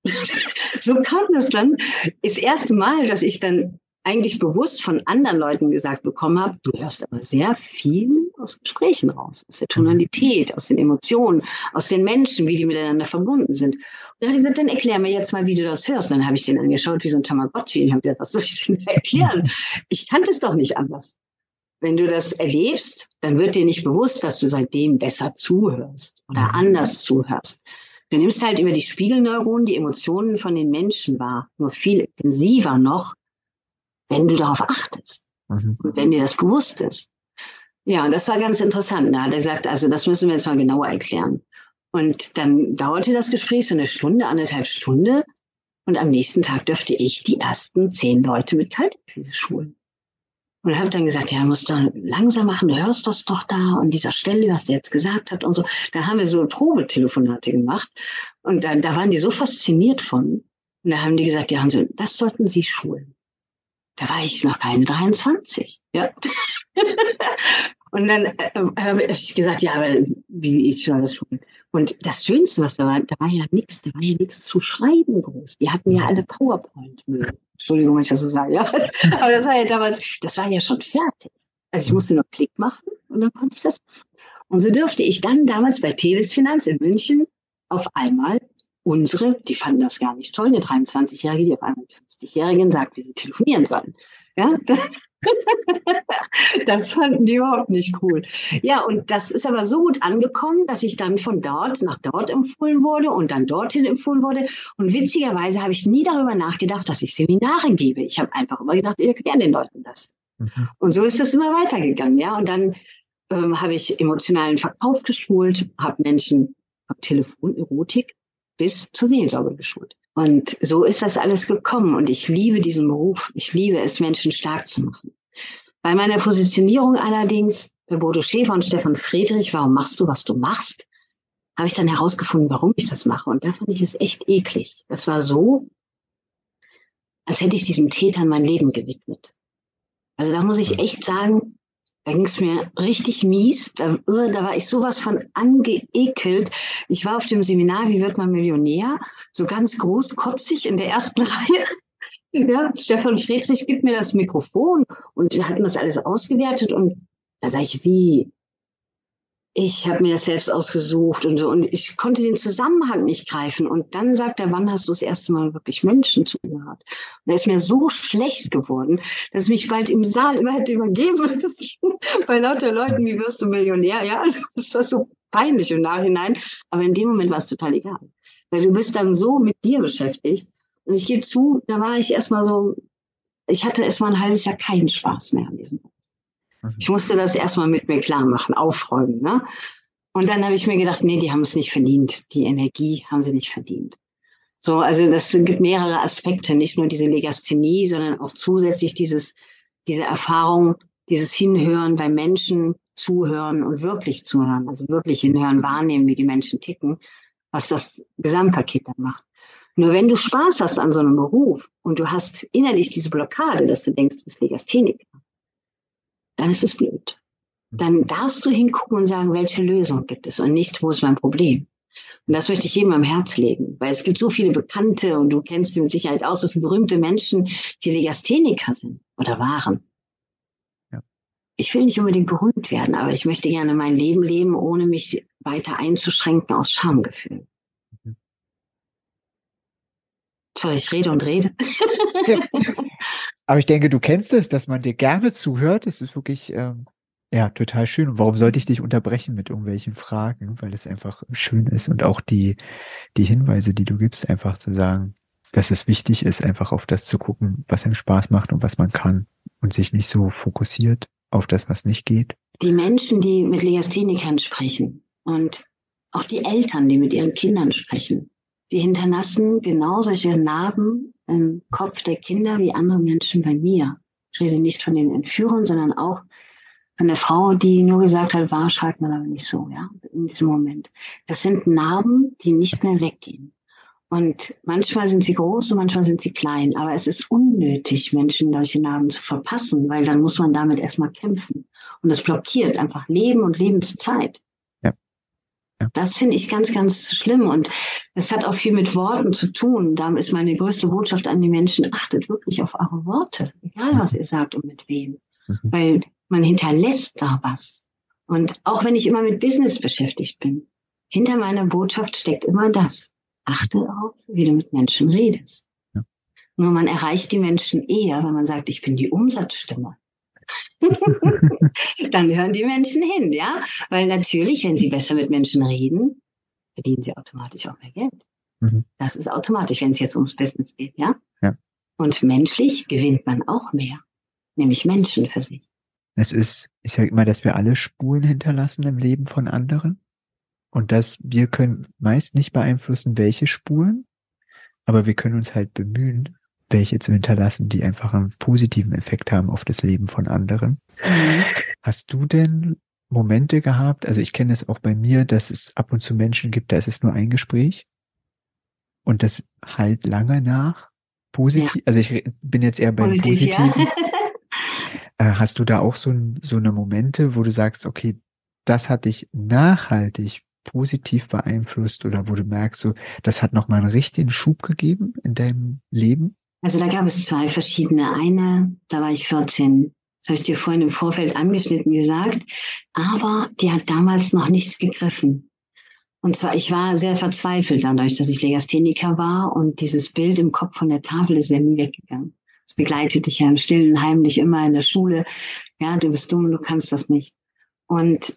So kam das dann. Das erste Mal, dass ich dann eigentlich bewusst von anderen Leuten gesagt bekommen habe, du hörst aber sehr viel aus Gesprächen raus, aus der Tonalität, aus den Emotionen, aus den Menschen, wie die miteinander verbunden sind. Und dann hat er gesagt, dann erklär mir jetzt mal, wie du das hörst. Und dann habe ich den angeschaut wie so ein Tamagotchi. Und ich habe gesagt, was soll ich denn erklären? Ich kannte es doch nicht anders. Wenn du das erlebst, dann wird dir nicht bewusst, dass du seitdem besser zuhörst oder anders zuhörst. Du nimmst halt über die Spiegelneuronen die Emotionen von den Menschen wahr, nur viel intensiver noch, wenn du darauf achtest und wenn dir das bewusst ist. Ja, und das war ganz interessant. Da hat er gesagt, also das müssen wir jetzt mal genauer erklären. Und dann dauerte das Gespräch so eine Stunde, 1,5 Stunden. Und am nächsten Tag dürfte ich die ersten 10 Leute mit Kaltakquise schulen. Und habe dann gesagt, ja, musst du langsam machen, du hörst das doch da an dieser Stelle, was der jetzt gesagt hat und so. Da haben wir so Probetelefonate gemacht. Und da waren die so fasziniert von. Und da haben die gesagt, ja, Hansel, das sollten Sie schulen. Da war ich noch keine 23. Ja. Und dann habe ich gesagt, ja, aber wie ich soll das schulen? Und das Schönste, was da war ja nichts zu schreiben groß. Die hatten ja alle PowerPoint-Müll. Entschuldigung, wenn ich das so sage, ja. Aber das war ja damals, das war ja schon fertig. Also ich musste nur Klick machen und dann konnte ich das machen. Und so durfte ich dann damals bei Teles Finanz in München auf einmal die fanden das gar nicht toll, eine 23-Jährige, die auf einmal 50-Jährigen sagt, wie sie telefonieren sollen. Ja, das fanden die überhaupt nicht cool. Ja, und das ist aber so gut angekommen, dass ich dann von dort nach dort empfohlen wurde und dann dorthin empfohlen wurde. Und witzigerweise habe ich nie darüber nachgedacht, dass ich Seminare gebe. Ich habe einfach immer gedacht, ich erkläre den Leuten das. Und so ist das immer weitergegangen. Ja, und dann habe ich emotionalen Verkauf geschult, habe Menschen ab Telefonerotik bis zur Seelsorge geschult. Und so ist das alles gekommen. Und ich liebe diesen Beruf. Ich liebe es, Menschen stark zu machen. Bei meiner Positionierung allerdings, bei Bodo Schäfer und Stefan Friedrich, warum machst du, was du machst, habe ich dann herausgefunden, warum ich das mache. Und da fand ich es echt eklig. Das war so, als hätte ich diesen Tätern mein Leben gewidmet. Also da muss ich echt sagen, da ging es mir richtig mies. Da war ich sowas von angeekelt. Ich war auf dem Seminar, wie wird man Millionär? So ganz großkotzig in der ersten Reihe. Ja, Stefan Friedrich gibt mir das Mikrofon und wir hatten das alles ausgewertet. Und da sage ich, wie? Ich habe mir das selbst ausgesucht und so. Und ich konnte den Zusammenhang nicht greifen. Und dann sagt er, wann hast du das erste Mal wirklich Menschen zugehört? Und da ist mir so schlecht geworden, dass ich mich bald im Saal immer hätte übergeben müssen. Bei lauter Leuten, wie wirst du Millionär? Ja, also das war so peinlich im Nachhinein. Aber in dem Moment war es total egal. Weil du bist dann so mit dir beschäftigt. Und ich gebe zu, da war ich erstmal so, ich hatte erstmal ein halbes Jahr keinen Spaß mehr an diesem Buch. Ich musste das erstmal mit mir klar machen, aufräumen. Ne? Und dann habe ich mir gedacht, nee, die haben es nicht verdient. Die Energie haben sie nicht verdient. So, also das gibt mehrere Aspekte, nicht nur diese Legasthenie, sondern auch zusätzlich diese Erfahrung, dieses Hinhören bei Menschen, zuhören und wirklich zuhören, also wirklich hinhören, wahrnehmen, wie die Menschen ticken, was das Gesamtpaket dann macht. Nur wenn du Spaß hast an so einem Beruf und du hast innerlich diese Blockade, dass du denkst, du bist Legastheniker, dann ist es blöd. Dann darfst du hingucken und sagen, welche Lösung gibt es und nicht, wo ist mein Problem. Und das möchte ich jedem am Herz legen, weil es gibt so viele Bekannte und du kennst sie mit Sicherheit auch, so viele berühmte Menschen, die Legastheniker sind oder waren. Ja. Ich will nicht unbedingt berühmt werden, aber ich möchte gerne mein Leben leben, ohne mich weiter einzuschränken aus Schamgefühl. Sorry, ich rede und rede. Ja. Aber ich denke, du kennst es, dass man dir gerne zuhört. Das ist wirklich, ja, total schön. Und warum sollte ich dich unterbrechen mit irgendwelchen Fragen? Weil es einfach schön ist und auch die Hinweise, die du gibst, einfach zu sagen, dass es wichtig ist, einfach auf das zu gucken, was einem Spaß macht und was man kann und sich nicht so fokussiert auf das, was nicht geht. Die Menschen, die mit Legasthenikern sprechen und auch die Eltern, die mit ihren Kindern sprechen, die hinterlassen genau solche Narben im Kopf der Kinder wie andere Menschen bei mir. Ich rede nicht von den Entführern, sondern auch von der Frau, die nur gesagt hat, war, schreibt man aber nicht so, ja, in diesem Moment. Das sind Narben, die nicht mehr weggehen. Und manchmal sind sie groß und manchmal sind sie klein. Aber es ist unnötig, Menschen solche Narben zu verpassen, weil dann muss man damit erstmal kämpfen. Und das blockiert einfach Leben und Lebenszeit. Ja. Ja. Das finde ich ganz, ganz schlimm. Und das hat auch viel mit Worten zu tun. Da ist meine größte Botschaft an die Menschen, achtet wirklich auf eure Worte, egal was ihr sagt und mit wem. Weil man hinterlässt da was. Und auch wenn ich immer mit Business beschäftigt bin, hinter meiner Botschaft steckt immer das. Achte auf, wie du mit Menschen redest. Ja. Nur man erreicht die Menschen eher, wenn man sagt, ich bin die Umsatzstimme. Dann hören die Menschen hin, ja? Weil natürlich, wenn sie besser mit Menschen reden, verdienen sie automatisch auch mehr Geld. Mhm. Das ist automatisch, wenn es jetzt ums Business geht, ja? Ja? Und menschlich gewinnt man auch mehr. Nämlich Menschen für sich. Es ist, ich sage immer, dass wir alle Spuren hinterlassen im Leben von anderen. Und dass wir können meist nicht beeinflussen, welche Spuren, aber wir können uns halt bemühen, welche zu hinterlassen, die einfach einen positiven Effekt haben auf das Leben von anderen. Mhm. Hast du denn Momente gehabt, also ich kenne es auch bei mir, dass es ab und zu Menschen gibt, da ist es nur ein Gespräch und das halt lange nach positiv, ja. Also ich bin jetzt eher beim Positiven. Ja. Hast du da auch so eine Momente, wo du sagst, okay, das hat dich nachhaltig positiv beeinflusst oder wo du merkst, so, das hat nochmal einen richtigen Schub gegeben in deinem Leben? Also da gab es zwei verschiedene. Eine, da war ich 14. Das habe ich dir vorhin im Vorfeld angeschnitten gesagt. Aber die hat damals noch nicht gegriffen. Und zwar, ich war sehr verzweifelt dadurch, dass ich Legastheniker war und dieses Bild im Kopf von der Tafel ist ja nie weggegangen. Das begleitet dich ja im Stillen heimlich immer in der Schule. Ja, du bist dumm, du kannst das nicht. Und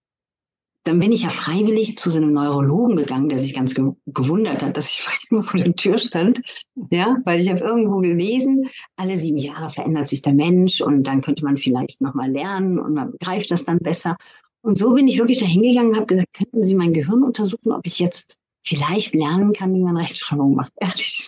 dann bin ich ja freiwillig zu so einem Neurologen gegangen, der sich ganz gewundert hat, dass ich immer vor der Tür stand. Ja, weil ich habe irgendwo gelesen, alle 7 Jahre verändert sich der Mensch und dann könnte man vielleicht nochmal lernen und man begreift das dann besser. Und so bin ich wirklich da hingegangen und habe gesagt, könnten Sie mein Gehirn untersuchen, ob ich jetzt vielleicht lernen kann, wie man Rechtschreibung macht. Ehrlich.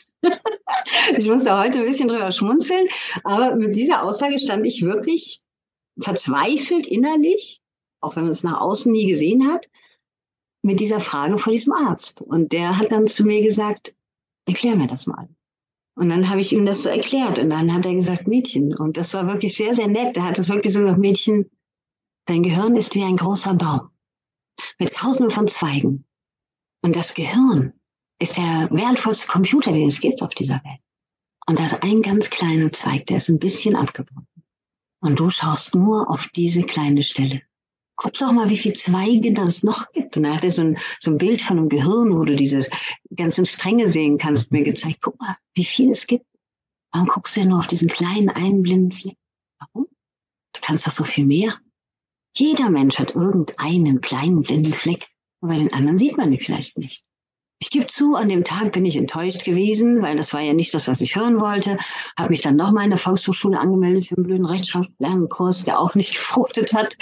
Ich muss da heute ein bisschen drüber schmunzeln, aber mit dieser Aussage stand ich wirklich verzweifelt innerlich, auch wenn man es nach außen nie gesehen hat, mit dieser Frage vor diesem Arzt. Und der hat dann zu mir gesagt, erklär mir das mal. Und dann habe ich ihm das so erklärt. Und dann hat er gesagt, Mädchen. Und das war wirklich sehr, sehr nett. Er hat es wirklich so gesagt, Mädchen, dein Gehirn ist wie ein großer Baum mit tausenden von Zweigen. Und das Gehirn ist der wertvollste Computer, den es gibt auf dieser Welt. Und da ist ein ganz kleiner Zweig, der ist ein bisschen abgebrochen. Und du schaust nur auf diese kleine Stelle. Guck doch mal, wie viele Zweige das noch gibt. Und da hat er so ein Bild von einem Gehirn, wo du diese ganzen Stränge sehen kannst, mir gezeigt. Guck mal, wie viel es gibt. Warum guckst du ja nur auf diesen kleinen, einen blinden Fleck? Warum? Du kannst doch so viel mehr. Jeder Mensch hat irgendeinen kleinen blinden Fleck. Und bei den anderen sieht man ihn vielleicht nicht. Ich gebe zu, an dem Tag bin ich enttäuscht gewesen, weil das war ja nicht das, was ich hören wollte. Habe mich dann nochmal in der Volkshochschule angemeldet für einen blöden Rechtschreiblernkurs, der auch nicht gefruchtet hat.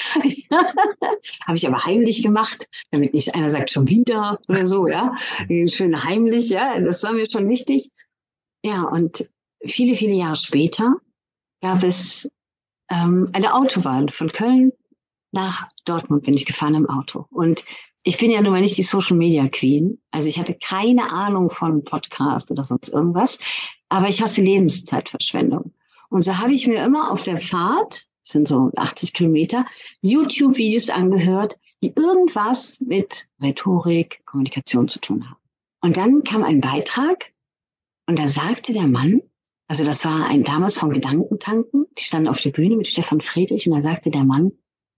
Habe ich aber heimlich gemacht, damit nicht einer sagt, schon wieder oder so, ja. Schön heimlich, ja. Das war mir schon wichtig. Ja, und viele, viele Jahre später gab es eine Autobahn von Köln nach Dortmund bin ich gefahren im Auto. Und ich bin ja nun mal nicht die Social Media Queen. Also ich hatte keine Ahnung von Podcast oder sonst irgendwas. Aber ich hasse Lebenszeitverschwendung. Und so habe ich mir immer auf der Fahrt, das sind so 80 Kilometer, YouTube-Videos angehört, die irgendwas mit Rhetorik, Kommunikation zu tun haben. Und dann kam ein Beitrag und da sagte der Mann, also das war ein damals von Gedankentanken, die standen auf der Bühne mit Stefan Friedrich und da sagte der Mann,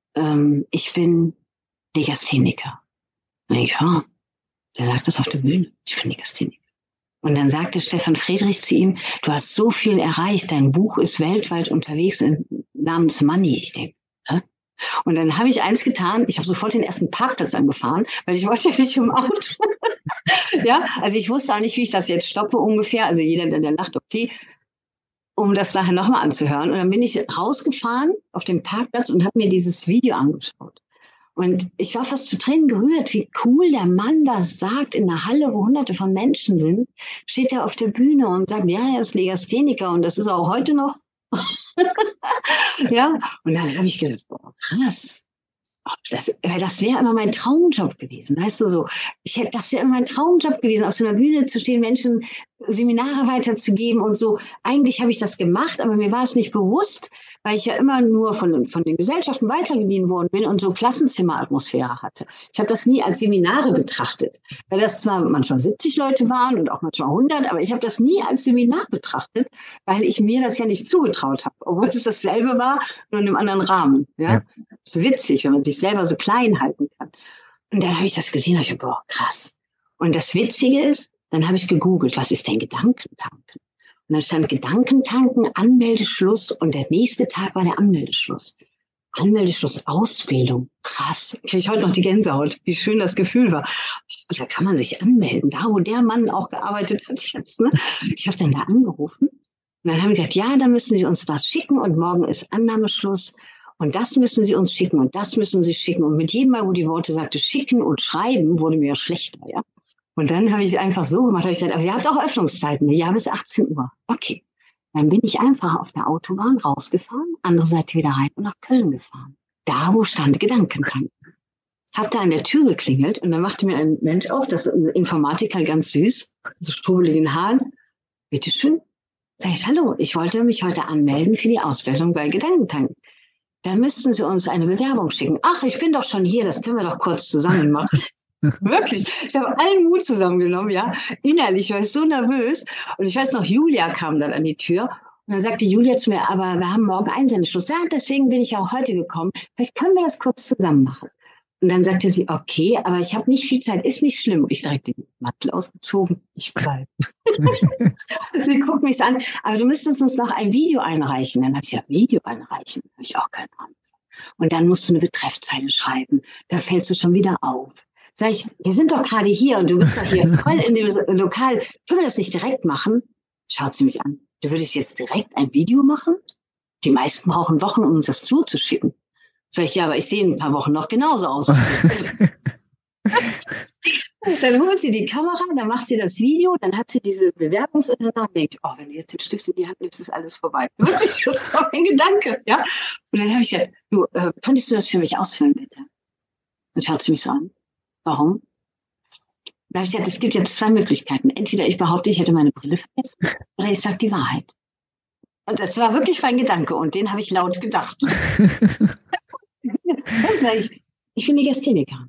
ich bin Legastheniker. Und ich, der sagt das auf der Bühne, ich bin Legastheniker. Und dann sagte Stefan Friedrich zu ihm, du hast so viel erreicht, dein Buch ist weltweit unterwegs namens Money. Ich denke, hä? Und dann habe ich eins getan, ich habe sofort den ersten Parkplatz angefahren, weil ich wollte ja nicht im Auto. Ja, also ich wusste auch nicht, wie ich das jetzt stoppe ungefähr. Also jeder, der dachte, okay, um das nachher nochmal anzuhören. Und dann bin ich rausgefahren auf dem Parkplatz und habe mir dieses Video angeschaut. Und ich war fast zu Tränen gerührt, wie cool der Mann das sagt in einer Halle, wo hunderte von Menschen sind, steht er auf der Bühne und sagt, ja, er ist Legastheniker und das ist auch heute noch. Ja, und dann habe ich gedacht, boah, krass. Das wäre immer mein Traumjob gewesen, weißt du so. Das wäre immer mein Traumjob gewesen, auf so einer Bühne zu stehen, Menschen Seminare weiterzugeben und so. Eigentlich habe ich das gemacht, aber mir war es nicht bewusst, weil ich ja immer nur von den Gesellschaften weitergeliehen worden bin und so Klassenzimmeratmosphäre hatte. Ich habe das nie als Seminare betrachtet, weil das zwar manchmal 70 Leute waren und auch manchmal 100, aber ich habe das nie als Seminar betrachtet, weil ich mir das ja nicht zugetraut habe, obwohl es dasselbe war, nur in einem anderen Rahmen. Ja? Das ist witzig, wenn man sich selber so klein halten kann. Und dann habe ich das gesehen und ich dachte, boah, krass. Und das Witzige ist, dann habe ich gegoogelt, was ist denn Gedankentanken? Und dann stand Gedankentanken, Anmeldeschluss und der nächste Tag war der Anmeldeschluss. Anmeldeschluss, Ausbildung, krass. Kriege ich heute noch die Gänsehaut, wie schön das Gefühl war. Da kann man sich anmelden, da wo der Mann auch gearbeitet hat jetzt. Ne? Ich habe dann da angerufen und dann haben die gesagt, ja, da müssen Sie uns das schicken und morgen ist Annahmeschluss. Und das müssen Sie uns schicken und das müssen Sie schicken. Und mit jedem Mal, wo die Worte sagte, schicken und schreiben, wurde mir ja schlechter, ja. Und dann habe ich einfach so gemacht, habe ich gesagt, aber ihr habt auch Öffnungszeiten, ja, bis 18 Uhr. Okay. Dann bin ich einfach auf der Autobahn rausgefahren, andere Seite wieder rein und nach Köln gefahren. Da, wo stand Gedankentanken. Hab da an der Tür geklingelt und dann machte mir ein Mensch auf, das ist ein Informatiker, ganz süß, so strubbeligen Haaren. Bitteschön. Sag ich, hallo, ich wollte mich heute anmelden für die Ausbildung bei Gedankentanken. Da müssten Sie uns eine Bewerbung schicken. Ach, ich bin doch schon hier, das können wir doch kurz zusammen machen. Wirklich, ich habe allen Mut zusammengenommen, ja. Innerlich war ich so nervös. Und ich weiß noch, Julia kam dann an die Tür. Und dann sagte Julia zu mir, aber wir haben morgen Einsendeschluss. Ja, deswegen bin ich auch heute gekommen. Vielleicht können wir das kurz zusammen machen. Und dann sagte sie, okay, aber ich habe nicht viel Zeit, ist nicht schlimm. Und ich direkt den Mantel ausgezogen, ich bleibe. Sie guckt mich so an, aber du müsstest uns noch ein Video einreichen. Dann habe ich gesagt, Video einreichen? Habe ich auch keine Ahnung. Und dann musst du eine Betreffzeile schreiben. Da fällst du schon wieder auf. Sag ich, wir sind doch gerade hier und du bist doch hier voll in dem Lokal. Können wir das nicht direkt machen? Schaut sie mich an. Du würdest jetzt direkt ein Video machen? Die meisten brauchen Wochen, um uns das zuzuschicken. Sag ich, ja, aber ich sehe in ein paar Wochen noch genauso aus. Dann holt sie die Kamera, dann macht sie das Video, dann hat sie diese Bewerbungsunterlagen und denkt, oh, wenn du jetzt den Stift in die Hand nimmst, ist alles vorbei. Wirklich, das war mein Gedanke. Ja? Und dann habe ich gesagt, du, könntest du das für mich ausfüllen, bitte? Dann schaut sie mich so an. Warum? Da habe ich gesagt, es gibt jetzt zwei Möglichkeiten. Entweder ich behaupte, ich hätte meine Brille vergessen, oder ich sage die Wahrheit. Und das war wirklich mein Gedanke und den habe ich laut gedacht. Dann sage ich bin Legastheniker.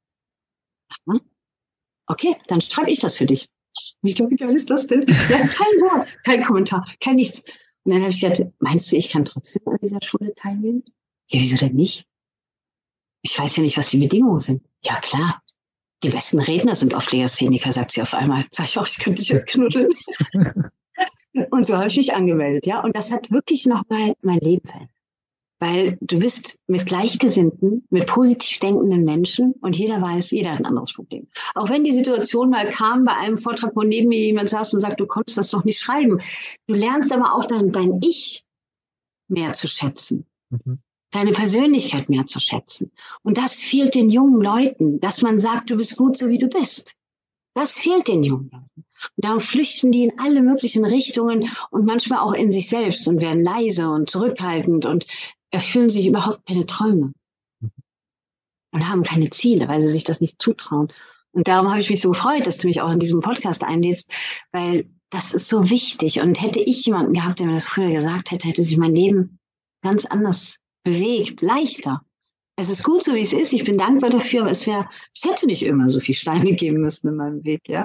Okay, dann schreibe ich das für dich. Wie geil ist das denn? Ja, kein Wort, kein Kommentar, kein nichts. Und dann habe ich gesagt, meinst du, ich kann trotzdem an dieser Schule teilnehmen? Ja, wieso denn nicht? Ich weiß ja nicht, was die Bedingungen sind. Ja, klar. Die besten Redner sind oft Legastheniker, sagt sie auf einmal. Sag ich auch, ich könnte dich jetzt knuddeln. Und so habe ich mich angemeldet, ja. Und das hat wirklich nochmal mein Leben verändert. Weil du bist mit Gleichgesinnten, mit positiv denkenden Menschen und jeder weiß, jeder hat ein anderes Problem. Auch wenn die Situation mal kam bei einem Vortrag, wo neben mir jemand saß und sagt, du konntest das doch nicht schreiben. Du lernst aber auch dein Ich mehr zu schätzen. Deine Persönlichkeit mehr zu schätzen. Und das fehlt den jungen Leuten, dass man sagt, du bist gut so, wie du bist. Das fehlt den jungen Leuten. Und darum flüchten die in alle möglichen Richtungen und manchmal auch in sich selbst und werden leise und zurückhaltend und erfüllen sich überhaupt keine Träume und haben keine Ziele, weil sie sich das nicht zutrauen. Und darum habe ich mich so gefreut, dass du mich auch in diesem Podcast einlädst, weil das ist so wichtig. Und hätte ich jemanden gehabt, der mir das früher gesagt hätte, hätte sich mein Leben ganz anders bewegt, leichter. Es ist gut so, wie es ist. Ich bin dankbar dafür, aber es hätte nicht immer so viele Steine geben müssen in meinem Weg, ja.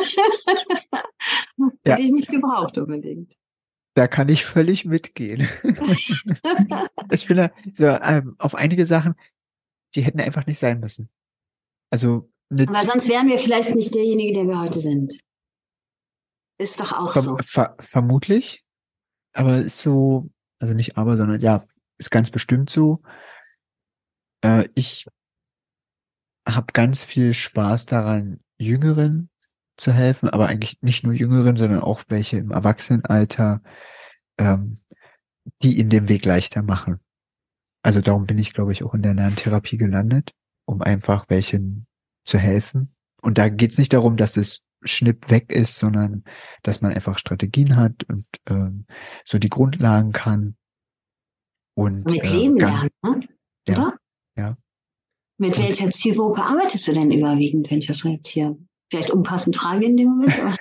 Hätte ich nicht gebraucht unbedingt. Da kann ich völlig mitgehen. Ich finde, so, auf einige Sachen, die hätten einfach nicht sein müssen. Also aber sonst wären wir vielleicht nicht derjenige, der wir heute sind. Ist doch auch so. Vermutlich, aber ist so, also nicht aber, sondern ja, ist ganz bestimmt so. Ich habe ganz viel Spaß daran, Jüngeren zu helfen, aber eigentlich nicht nur Jüngeren, sondern auch welche im Erwachsenenalter, ähm, die ihnen den Weg leichter machen. Also darum bin ich, glaube ich, auch in der Lerntherapie gelandet, um einfach welchen zu helfen. Und da geht es nicht darum, dass es schnipp weg ist, sondern dass man einfach Strategien hat und so die Grundlagen kann und Mit Leben ganz, lernen, ne? ja, Oder? ja. Mit Und welcher Zielgruppe arbeitest du denn überwiegend, wenn ich das so jetzt hier vielleicht unpassend frage in dem Moment? Aber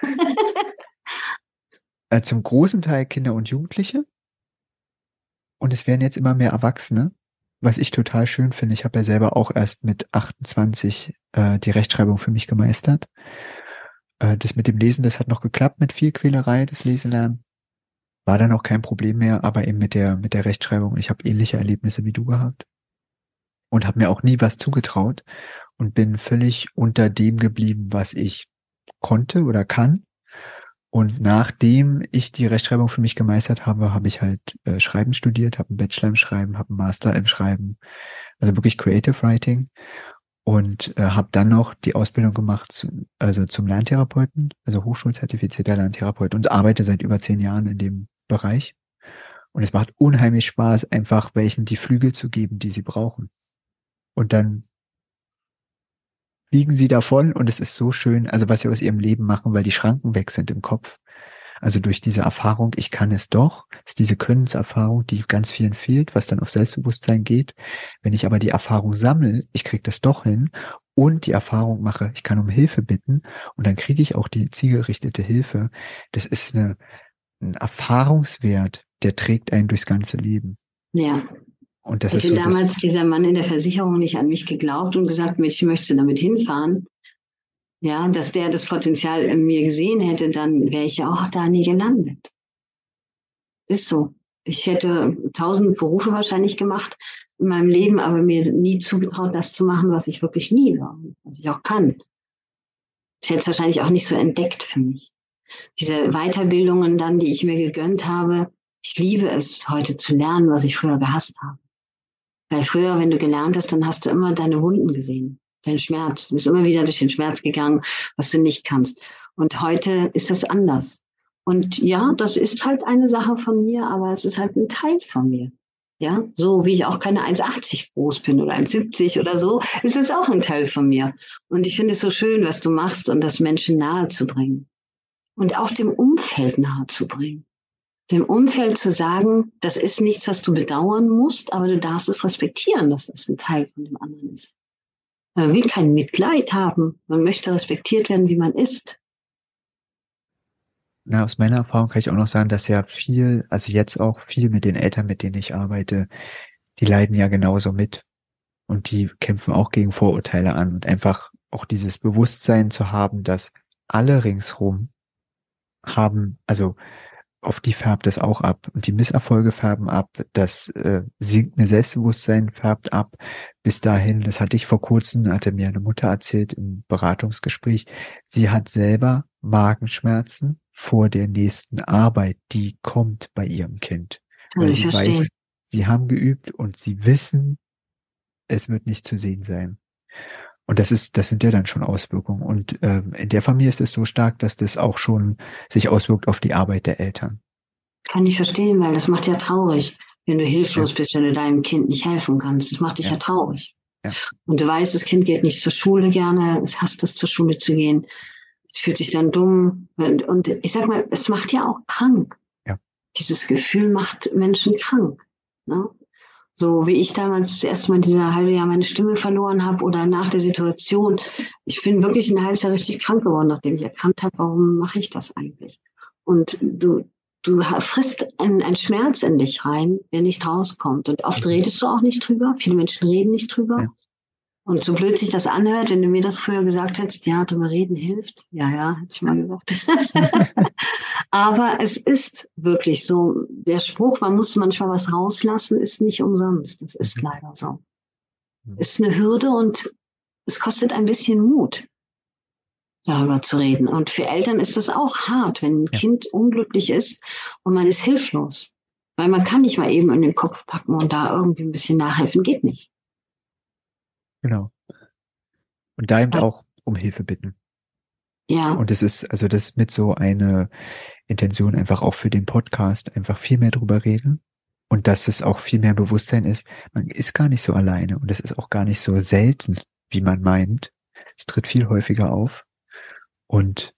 zum großen Teil Kinder und Jugendliche. Und es werden jetzt immer mehr Erwachsene, was ich total schön finde. Ich habe ja selber auch erst mit 28 die Rechtschreibung für mich gemeistert. Das mit dem Lesen, das hat noch geklappt mit viel Quälerei, das Leselernen. War dann auch kein Problem mehr, aber eben mit der Rechtschreibung. Ich habe ähnliche Erlebnisse wie du gehabt und habe mir auch nie was zugetraut und bin völlig unter dem geblieben, was ich konnte oder kann. Und nachdem ich die Rechtschreibung für mich gemeistert habe, habe ich halt Schreiben studiert, habe einen Bachelor im Schreiben, habe einen Master im Schreiben, also wirklich Creative Writing und habe dann noch die Ausbildung gemacht, zum Lerntherapeuten, also hochschulzertifizierter Lerntherapeut und arbeite seit über 10 Jahren in dem Bereich. Und es macht unheimlich Spaß, einfach welchen die Flügel zu geben, die sie brauchen. Und dann fliegen sie davon und es ist so schön, also was sie aus ihrem Leben machen, weil die Schranken weg sind im Kopf. Also durch diese Erfahrung, ich kann es doch, ist diese Könnenserfahrung, die ganz vielen fehlt, was dann auf Selbstbewusstsein geht. Wenn ich aber die Erfahrung sammle, ich kriege das doch hin und die Erfahrung mache, ich kann um Hilfe bitten und dann kriege ich auch die zielgerichtete Hilfe. Das ist ein Erfahrungswert, der trägt einen durchs ganze Leben. ja, Und das ist hätte so das. damals dieser Mann in der Versicherung nicht an mich geglaubt und gesagt, ich möchte damit hinfahren, ja, dass der das Potenzial in mir gesehen hätte, dann wäre ich ja auch da nie gelandet. Ist so. Ich hätte 1000 Berufe wahrscheinlich gemacht in meinem Leben, aber mir nie zugetraut, das zu machen, was ich wirklich nie war, was ich auch kann. Ich hätte es wahrscheinlich auch nicht so entdeckt für mich. Diese Weiterbildungen dann, die ich mir gegönnt habe, ich liebe es, heute zu lernen, was ich früher gehasst habe. Weil früher, wenn du gelernt hast, dann hast du immer deine Wunden gesehen, deinen Schmerz. Du bist immer wieder durch den Schmerz gegangen, was du nicht kannst. Und heute ist das anders. Und ja, das ist halt eine Sache von mir, aber es ist halt ein Teil von mir. Ja, so wie ich auch keine 1,80 groß bin oder 1,70 oder so, ist es auch ein Teil von mir. Und ich finde es so schön, was du machst und das Menschen nahe zu bringen. Und auch dem Umfeld nahe zu bringen. Dem Umfeld zu sagen, das ist nichts, was du bedauern musst, aber du darfst es respektieren, dass das ein Teil von dem anderen ist. Man will kein Mitleid haben. Man möchte respektiert werden, wie man ist. Na, aus meiner Erfahrung kann ich auch noch sagen, dass ja viel, also jetzt auch viel mit den Eltern, mit denen ich arbeite, die leiden ja genauso mit. Und die kämpfen auch gegen Vorurteile an und einfach auch dieses Bewusstsein zu haben, dass alle ringsrum haben, also auf die färbt es auch ab und die Misserfolge färben ab, das sinkende Selbstbewusstsein färbt ab. Bis dahin, das hatte ich vor kurzem, hatte mir eine Mutter erzählt im Beratungsgespräch, sie hat selber Magenschmerzen vor der nächsten Arbeit, die kommt bei ihrem Kind, Kann weil ich sie verstehen. weiß, sie haben geübt und sie wissen, es wird nicht zu sehen sein. Und das sind ja dann schon Auswirkungen. Und in der Familie ist es so stark, dass das auch schon sich auswirkt auf die Arbeit der Eltern. Kann ich verstehen, weil das macht ja traurig, wenn du Ja, hilflos bist, wenn du deinem Kind nicht helfen kannst. Das macht dich ja, ja traurig. ja. Und du weißt, das Kind geht nicht zur Schule gerne, es hasst es, zur Schule zu gehen. Es fühlt sich dann dumm. Und ich sag mal, es macht ja auch krank. Ja. Dieses Gefühl macht Menschen krank. Ne? So wie ich damals das erste Mal dieser halbe Jahr meine Stimme verloren habe oder nach der Situation. Ich bin wirklich ein halbes Jahr richtig krank geworden, nachdem ich erkannt habe, warum mache ich das eigentlich? Und du frisst einen Schmerz in dich rein, der nicht rauskommt. Und oft redest du auch nicht drüber. Viele Menschen reden nicht drüber. Ja. Und so blöd sich das anhört, wenn du mir das früher gesagt hättest, ja, drüber reden hilft. Ja, hätte ich mal gesagt. Aber es ist wirklich so. Der Spruch, man muss manchmal was rauslassen, ist nicht umsonst. Das ist leider so. Ist eine Hürde und es kostet ein bisschen Mut. darüber zu reden. Und für Eltern ist das auch hart, wenn ein Kind unglücklich ist und man ist hilflos. Weil man kann nicht mal eben in den Kopf packen und da irgendwie ein bisschen nachhelfen. Geht nicht. Genau. Und da eben Was, auch um Hilfe bitten. ja, Und es ist, also das ist mit so eine Intention einfach auch für den Podcast, einfach viel mehr drüber reden. Und dass es auch viel mehr Bewusstsein ist, man ist gar nicht so alleine und es ist auch gar nicht so selten, wie man meint. Es tritt viel häufiger auf. Und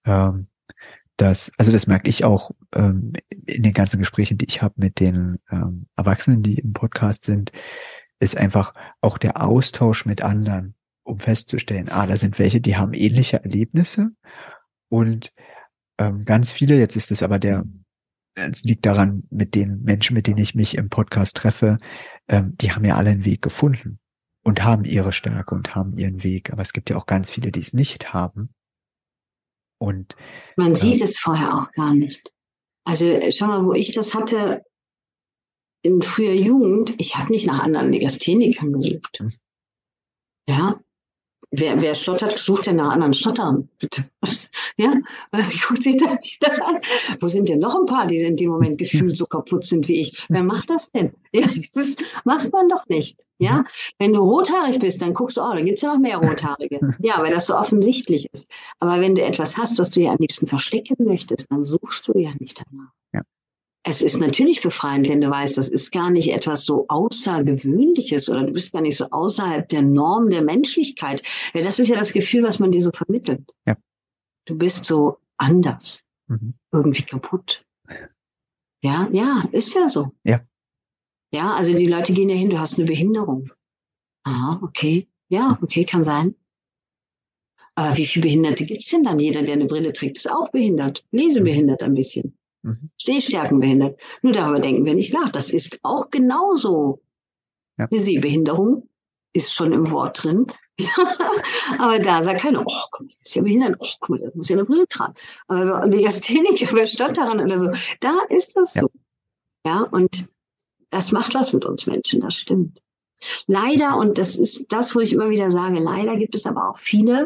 das merke ich auch in den ganzen Gesprächen, die ich habe mit den Erwachsenen, die im Podcast sind, ist einfach auch der Austausch mit anderen, um festzustellen, da sind welche, die haben ähnliche Erlebnisse und ganz viele, jetzt ist es aber es liegt daran, mit den Menschen, mit denen ich mich im Podcast treffe, die haben ja alle einen Weg gefunden und haben ihre Stärke und haben ihren Weg. Aber es gibt ja auch ganz viele, die es nicht haben. Und man sieht es vorher auch gar nicht. Also schau mal, wo ich das hatte in früher Jugend, ich habe nicht nach anderen Legasthenikern gesucht. Ja, wer stottert, sucht ja nach anderen Stottern, bitte. Ja, guckt sich da wieder an. Wo sind denn noch ein paar, die in dem Moment gefühlt so kaputt sind wie ich? Wer macht das denn? Ja, das macht man doch nicht. Ja, wenn du rothaarig bist, dann guckst du, da gibt's ja noch mehr Rothaarige. Ja, weil das so offensichtlich ist. Aber wenn du etwas hast, das du ja am liebsten verstecken möchtest, dann suchst du ja nicht danach. Ja. Es ist natürlich befreiend, wenn du weißt, das ist gar nicht etwas so Außergewöhnliches oder du bist gar nicht so außerhalb der Norm der Menschlichkeit. Ja, das ist ja das Gefühl, was man dir so vermittelt. Ja. Du bist so anders, irgendwie kaputt. Ja, ist ja so. Ja. Ja, also die Leute gehen ja hin, du hast eine Behinderung. Ah, okay. Ja, okay, kann sein. Aber wie viele Behinderte gibt's denn dann? Jeder, der eine Brille trägt, ist auch behindert. Lesebehindert ein bisschen. Sehstärkenbehindert. Nur darüber denken wir nicht nach. Das ist auch genauso. Ja. Eine Sehbehinderung ist schon im Wort drin. Aber da sagt keiner, guck mal, das ist ja behindert. Guck mal, das muss ja eine Brille tragen. Aber Legastheniker oder Stotterer oder so, da ist das so. Ja, und das macht was mit uns Menschen, das stimmt. Leider, und das ist das, wo ich immer wieder sage, leider gibt es aber auch viele,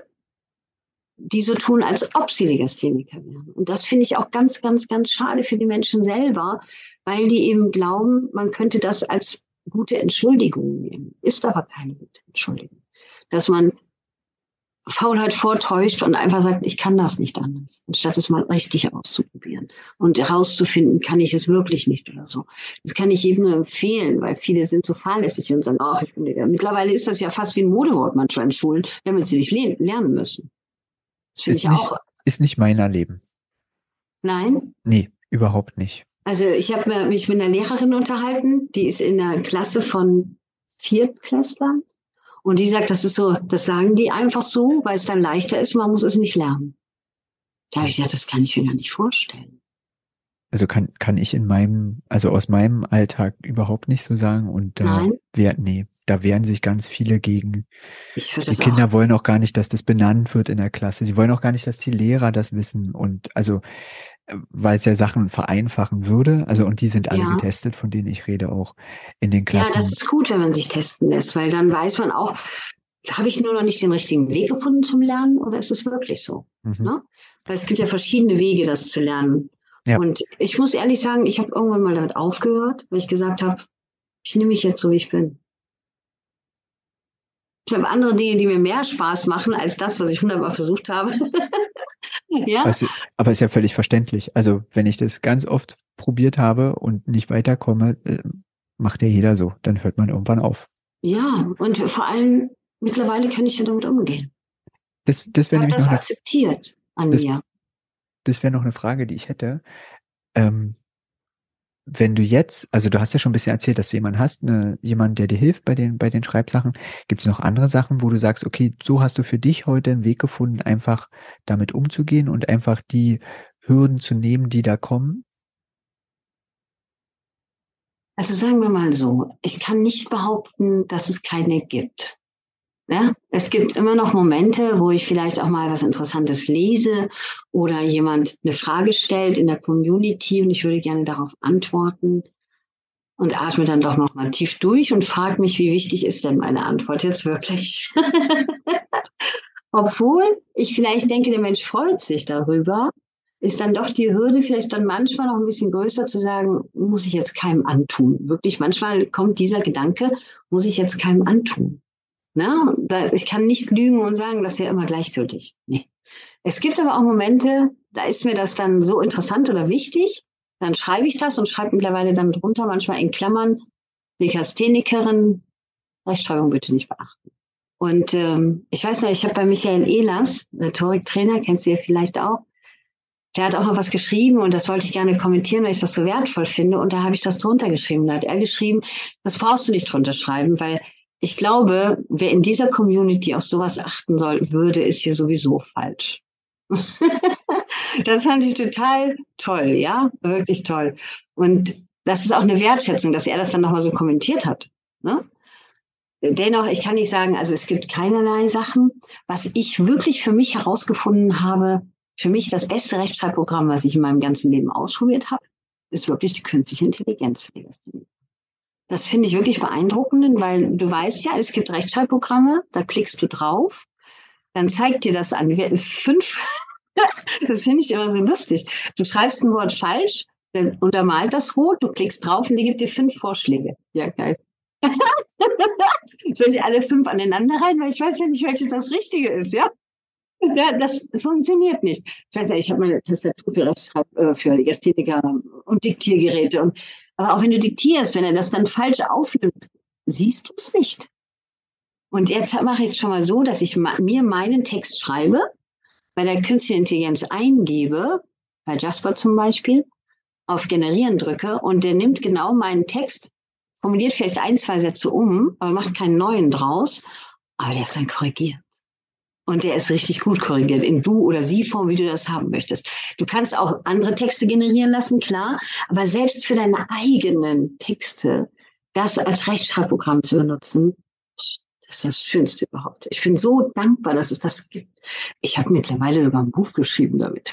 die so tun, als ob sie Legastheniker wären. Und das finde ich auch ganz, ganz, ganz schade für die Menschen selber, weil die eben glauben, man könnte das als gute Entschuldigung nehmen. Ist aber keine gute Entschuldigung. Dass man Faulheit vortäuscht und einfach sagt, ich kann das nicht anders, anstatt es mal richtig auszuprobieren und herauszufinden, kann ich es wirklich nicht oder so. Das kann ich jedem nur empfehlen, weil viele sind so fahrlässig und sagen, ich bin Legastheniker. Mittlerweile ist das ja fast wie ein Modewort manchmal in Schulen, damit sie nicht lernen müssen. Das finde ich auch. Ist nicht mein Erleben. Nein? Nee, überhaupt nicht. Also ich habe mich mit einer Lehrerin unterhalten, die ist in der Klasse von Viertklässlern und die sagt, das ist so, das sagen die einfach so, weil es dann leichter ist, man muss es nicht lernen. Da habe ich gesagt, das kann ich mir gar nicht vorstellen. Also kann ich aus meinem Alltag überhaupt nicht so sagen und da wehren sich ganz viele gegen. Die Kinder wollen auch gar nicht, dass das benannt wird in der Klasse. Sie wollen auch gar nicht, dass die Lehrer das wissen und weil es ja Sachen vereinfachen würde. Also und die sind alle getestet, von denen ich rede, auch in den Klassen. Ja, das ist gut, wenn man sich testen lässt, weil dann weiß man auch, habe ich nur noch nicht den richtigen Weg gefunden zum Lernen oder ist es wirklich so? Ne? Weil es gibt ja verschiedene Wege, das zu lernen. Ja. Und ich muss ehrlich sagen, ich habe irgendwann mal damit aufgehört, weil ich gesagt habe, ich nehme mich jetzt so, wie ich bin. Ich habe andere Dinge, die mir mehr Spaß machen, als das, was ich 100-mal versucht habe. Ja? Aber ist ja völlig verständlich. Also wenn ich das ganz oft probiert habe und nicht weiterkomme, macht ja jeder so. Dann hört man irgendwann auf. Ja, und vor allem mittlerweile kann ich ja damit umgehen. Das ich habe das akzeptiert an mir. Das wäre noch eine Frage, die ich hätte. Wenn du jetzt, also du hast ja schon ein bisschen erzählt, dass du jemanden hast, jemanden, der dir hilft bei den Schreibsachen. Gibt es noch andere Sachen, wo du sagst, okay, so hast du für dich heute einen Weg gefunden, einfach damit umzugehen und einfach die Hürden zu nehmen, die da kommen? Also sagen wir mal so, ich kann nicht behaupten, dass es keine gibt. Ja, es gibt immer noch Momente, wo ich vielleicht auch mal was Interessantes lese oder jemand eine Frage stellt in der Community und ich würde gerne darauf antworten und atme dann doch noch mal tief durch und frage mich, wie wichtig ist denn meine Antwort jetzt wirklich? Obwohl ich vielleicht denke, der Mensch freut sich darüber, ist dann doch die Hürde vielleicht dann manchmal noch ein bisschen größer zu sagen, muss ich jetzt keinem antun. Wirklich, manchmal kommt dieser Gedanke, muss ich jetzt keinem antun. Ne? Ich kann nicht lügen und sagen, das wäre immer gleichgültig. Nee. Es gibt aber auch Momente, da ist mir das dann so interessant oder wichtig, dann schreibe ich das und schreibe mittlerweile dann drunter, manchmal in Klammern, Legasthenikerin, Rechtschreibung bitte nicht beachten. Und ich weiß noch, ich habe bei Michael Ehlers, Rhetoriktrainer, kennst du ja vielleicht auch, der hat auch mal was geschrieben und das wollte ich gerne kommentieren, weil ich das so wertvoll finde. Und da habe ich das drunter geschrieben. Da hat er geschrieben, das brauchst du nicht drunter schreiben, weil ich glaube, wer in dieser Community auf sowas achten soll, würde, ist hier sowieso falsch. Das fand ich total toll, ja, wirklich toll. Und das ist auch eine Wertschätzung, dass er das dann nochmal so kommentiert hat. Ne? Dennoch, ich kann nicht sagen, also es gibt keinerlei Sachen. Was ich wirklich für mich herausgefunden habe, für mich das beste Rechtschreibprogramm, was ich in meinem ganzen Leben ausprobiert habe, ist wirklich die künstliche Intelligenz für Legasthenie. Das finde ich wirklich beeindruckend, weil du weißt ja, es gibt Rechtschreibprogramme, da klickst du drauf, dann zeigt dir das an. Wir hatten 5, das finde ich immer so lustig. Du schreibst ein Wort falsch, dann untermalt das rot, du klickst drauf und die gibt dir 5 Vorschläge. Ja, geil. Soll ich alle 5 aneinander rein? Weil ich weiß ja nicht, welches das Richtige ist, ja? Ja, das funktioniert nicht. Ich weiß ja, ich habe meine Tastatur für Legastheniker und Diktiergeräte. Aber auch wenn du diktierst, wenn er das dann falsch aufnimmt, siehst du es nicht. Und jetzt mache ich es schon mal so, dass ich mir meinen Text schreibe, bei der künstlichen Intelligenz eingebe, bei Jasper zum Beispiel, auf Generieren drücke und der nimmt genau meinen Text, formuliert vielleicht 1, 2 Sätze um, aber macht keinen neuen draus, aber der ist dann korrigiert. Und der ist richtig gut korrigiert, in Du- oder Sie-Form, wie du das haben möchtest. Du kannst auch andere Texte generieren lassen, klar, aber selbst für deine eigenen Texte, das als Rechtschreibprogramm zu benutzen, das ist das Schönste überhaupt. Ich bin so dankbar, dass es das gibt. Ich habe mittlerweile sogar ein Buch geschrieben damit.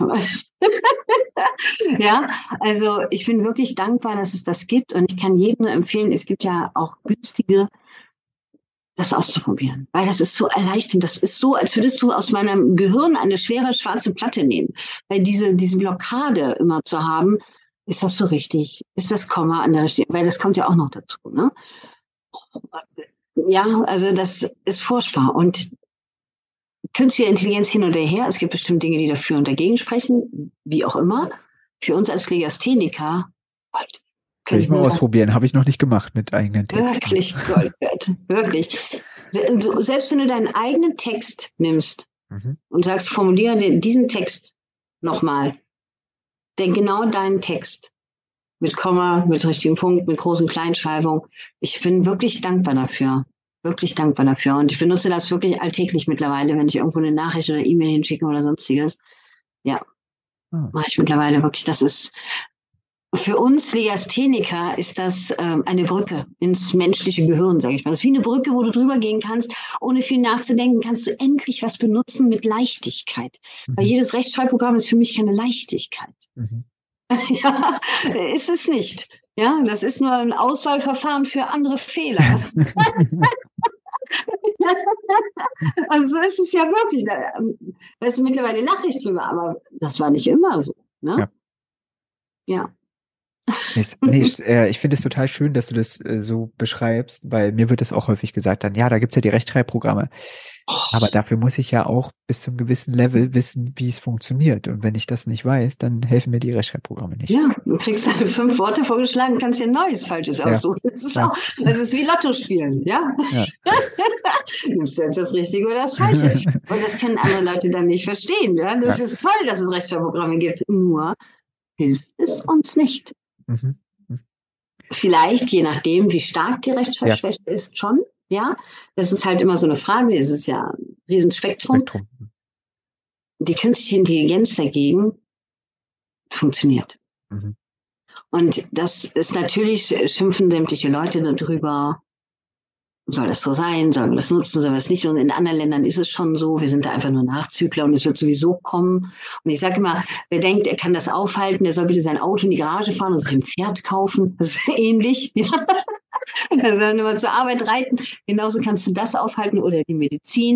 Ja, also ich bin wirklich dankbar, dass es das gibt und ich kann jedem nur empfehlen, es gibt ja auch günstige, das auszuprobieren, weil das ist so erleichternd. Das ist so, als würdest du aus meinem Gehirn eine schwere schwarze Platte nehmen. Weil diese Blockade immer zu haben, ist das so richtig? Ist das Komma an der richtigen? Weil das kommt ja auch noch dazu, ne? Ja, also das ist furchtbar. Und künstliche Intelligenz hin und her, es gibt bestimmt Dinge, die dafür und dagegen sprechen, wie auch immer. Für uns als Legastheniker, kann ich mal ausprobieren, habe ich noch nicht gemacht mit eigenen Texten. Wirklich Gold wert, wirklich. Selbst wenn du deinen eigenen Text nimmst und sagst, formuliere diesen Text nochmal, denn genau deinen Text mit Komma, mit richtigem Punkt, mit großen Kleinschreibung. Ich bin wirklich dankbar dafür. Wirklich dankbar dafür. Und ich benutze das wirklich alltäglich mittlerweile, wenn ich irgendwo eine Nachricht oder E-Mail hinschicke oder sonstiges. Ja, mache ich mittlerweile wirklich. Das ist für uns Legastheniker ist das eine Brücke ins menschliche Gehirn, sage ich mal. Das ist wie eine Brücke, wo du drüber gehen kannst, ohne viel nachzudenken, kannst du endlich was benutzen mit Leichtigkeit. Weil jedes Rechtschreibprogramm ist für mich keine Leichtigkeit. Ja, ist es nicht. Ja, das ist nur ein Auswahlverfahren für andere Fehler. Also so ist es ja wirklich. Da ist mittlerweile Nachricht drüber, aber das war nicht immer so. Ne? Ja. Ich finde es total schön, dass du das so beschreibst, weil mir wird das auch häufig gesagt dann, ja, da gibt's ja die Rechtschreibprogramme. Aber dafür muss ich ja auch bis zum gewissen Level wissen, wie es funktioniert. Und wenn ich das nicht weiß, dann helfen mir die Rechtschreibprogramme nicht. Ja, du kriegst halt 5 Worte vorgeschlagen, kannst dir ein neues Falsches aussuchen. Das ist wie Lotto spielen, ja? Nimmst du jetzt das Richtige oder das Falsche? Und das können andere Leute dann nicht verstehen. Ja? Das ist toll, dass es Rechtschreibprogramme gibt. Nur hilft es uns nicht. Vielleicht, je nachdem, wie stark die Rechtschreibschwäche ist, schon. Ja, das ist halt immer so eine Frage. Es ist ja ein Riesenspektrum. Die künstliche Intelligenz dagegen funktioniert. Und das ist natürlich, schimpfen sämtliche Leute darüber, soll das so sein, sollen wir das nutzen, sollen wir es nicht. Und in anderen Ländern ist es schon so, wir sind da einfach nur Nachzügler und es wird sowieso kommen. Und ich sage immer, wer denkt, er kann das aufhalten, der soll bitte sein Auto in die Garage fahren und sich ein Pferd kaufen. Das ist ähnlich. Ja. Er soll nur zur Arbeit reiten. Genauso kannst du das aufhalten oder die Medizin.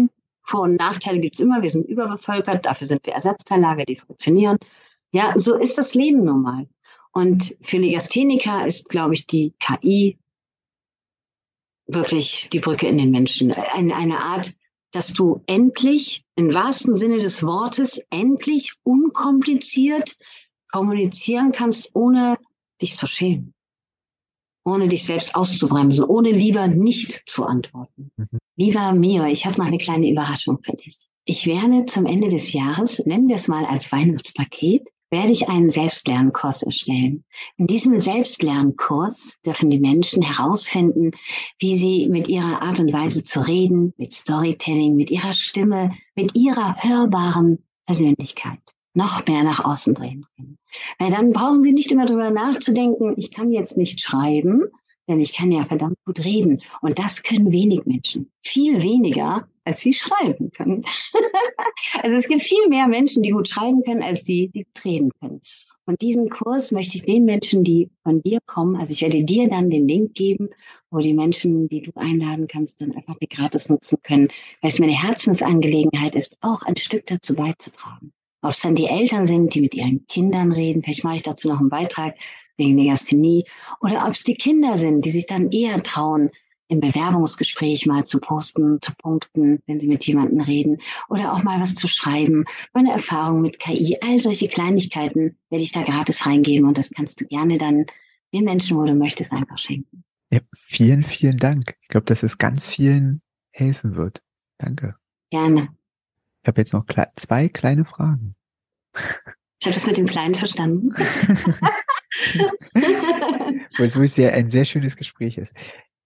Vor- und Nachteile gibt es immer. Wir sind überbevölkert, dafür sind wir Ersatzteillager, die funktionieren. Ja, so ist das Leben nun mal. Und für Legastheniker ist, glaube ich, die KI wirklich die Brücke in den Menschen. Eine Art, dass du endlich, im wahrsten Sinne des Wortes, endlich unkompliziert kommunizieren kannst, ohne dich zu schämen, ohne dich selbst auszubremsen, ohne lieber nicht zu antworten. Lieber Mio, ich habe noch eine kleine Überraschung für dich. Ich werde zum Ende des Jahres, nennen wir es mal als Weihnachtspaket, werde ich einen Selbstlernkurs erstellen. In diesem Selbstlernkurs dürfen die Menschen herausfinden, wie sie mit ihrer Art und Weise zu reden, mit Storytelling, mit ihrer Stimme, mit ihrer hörbaren Persönlichkeit noch mehr nach außen drehen können. Weil dann brauchen sie nicht immer darüber nachzudenken, ich kann jetzt nicht schreiben, denn ich kann ja verdammt gut reden. Und das können wenig Menschen. Viel weniger, als sie schreiben können. Also es gibt viel mehr Menschen, die gut schreiben können, als die gut reden können. Und diesen Kurs möchte ich den Menschen, die von dir kommen, also ich werde dir dann den Link geben, wo die Menschen, die du einladen kannst, dann einfach die gratis nutzen können, weil es mir eine Herzensangelegenheit ist, auch ein Stück dazu beizutragen. Ob es dann die Eltern sind, die mit ihren Kindern reden, vielleicht mache ich dazu noch einen Beitrag wegen Legasthenie, oder ob es die Kinder sind, die sich dann eher trauen, im Bewerbungsgespräch mal zu posten, zu punkten, wenn sie mit jemandem reden, oder auch mal was zu schreiben, meine Erfahrung mit KI, all solche Kleinigkeiten werde ich da gratis reingeben und das kannst du gerne dann den Menschen, wo du möchtest, einfach schenken. Ja, vielen, vielen Dank. Ich glaube, dass es ganz vielen helfen wird. Danke. Gerne. Ich habe jetzt noch zwei kleine Fragen. Ich habe das mit dem Kleinen verstanden. Was wirklich ein sehr schönes Gespräch ist.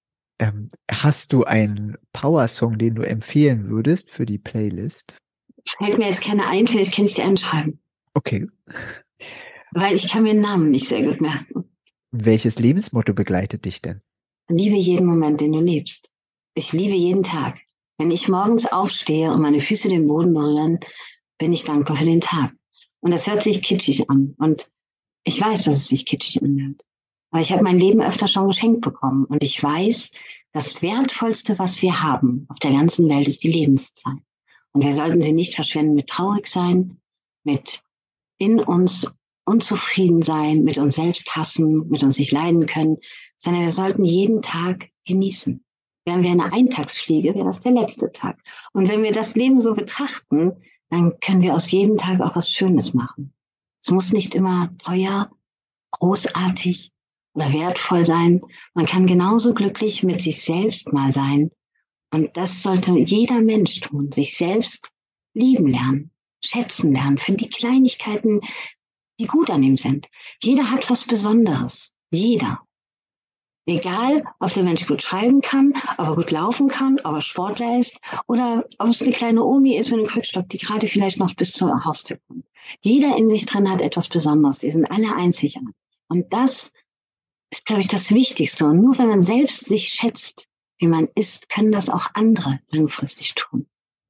Hast du einen Power-Song, den du empfehlen würdest für die Playlist? Fällt mir jetzt keine ein, vielleicht kann ich dir anschreiben. Okay. Weil ich kann mir den Namen nicht sehr gut merken. Welches Lebensmotto begleitet dich denn? Liebe jeden Moment, den du lebst. Ich liebe jeden Tag. Wenn ich morgens aufstehe und meine Füße den Boden berühren, bin ich dankbar für den Tag. Und das hört sich kitschig an. Und ich weiß, dass es sich kitschig anhört. Aber ich habe mein Leben öfter schon geschenkt bekommen. Und ich weiß, das Wertvollste, was wir haben auf der ganzen Welt, ist die Lebenszeit. Und wir sollten sie nicht verschwenden mit traurig sein, mit in uns unzufrieden sein, mit uns selbst hassen, mit uns nicht leiden können, sondern wir sollten jeden Tag genießen. Wären wir eine Eintagsfliege, wäre das der letzte Tag. Und wenn wir das Leben so betrachten, dann können wir aus jedem Tag auch was Schönes machen. Es muss nicht immer teuer, großartig oder wertvoll sein. Man kann genauso glücklich mit sich selbst mal sein. Und das sollte jeder Mensch tun, sich selbst lieben lernen, schätzen lernen, für die Kleinigkeiten, die gut an ihm sind. Jeder hat was Besonderes. Jeder. Egal, ob der Mensch gut schreiben kann, ob er gut laufen kann, ob er Sportler ist oder ob es eine kleine Omi ist mit einem Krückstock, die gerade vielleicht noch bis zur Haustür kommt. Jeder in sich drin hat etwas Besonderes. Die sind alle einzigartig. Und das ist, glaube ich, das Wichtigste. Und nur wenn man selbst sich schätzt, wie man ist, können das auch andere langfristig tun.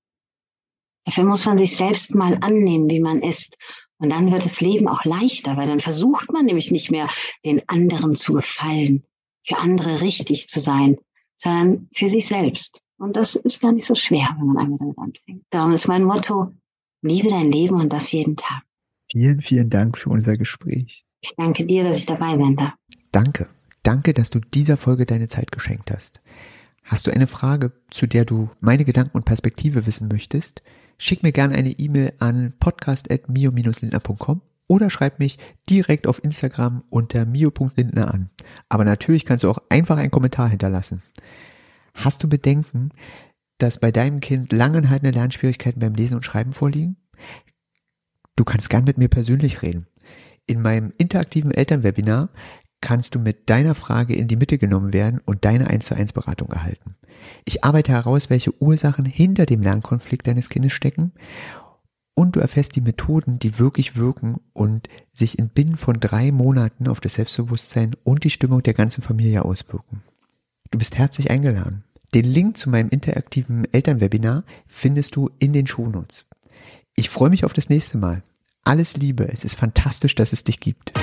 Dafür muss man sich selbst mal annehmen, wie man ist. Und dann wird das Leben auch leichter, weil dann versucht man nämlich nicht mehr, den anderen zu gefallen, für andere richtig zu sein, sondern für sich selbst. Und das ist gar nicht so schwer, wenn man einmal damit anfängt. Darum ist mein Motto, liebe dein Leben und das jeden Tag. Vielen, vielen Dank für unser Gespräch. Ich danke dir, dass ich dabei sein darf. Danke. Danke, dass du dieser Folge deine Zeit geschenkt hast. Hast du eine Frage, zu der du meine Gedanken und Perspektive wissen möchtest? Schick mir gerne eine E-Mail an podcast@mio-lindner.com oder schreib mich direkt auf Instagram unter mio.lindner an. Aber natürlich kannst du auch einfach einen Kommentar hinterlassen. Hast du Bedenken, dass bei deinem Kind langanhaltende Lernschwierigkeiten beim Lesen und Schreiben vorliegen? Du kannst gern mit mir persönlich reden. In meinem interaktiven Elternwebinar kannst du mit deiner Frage in die Mitte genommen werden und deine 1:1 Beratung erhalten. Ich arbeite heraus, welche Ursachen hinter dem Lernkonflikt deines Kindes stecken und du erfährst die Methoden, die wirklich wirken und sich in binnen von 3 Monaten auf das Selbstbewusstsein und die Stimmung der ganzen Familie auswirken. Du bist herzlich eingeladen. Den Link zu meinem interaktiven Elternwebinar findest du in den Shownotes. Ich freue mich auf das nächste Mal. Alles Liebe, es ist fantastisch, dass es dich gibt.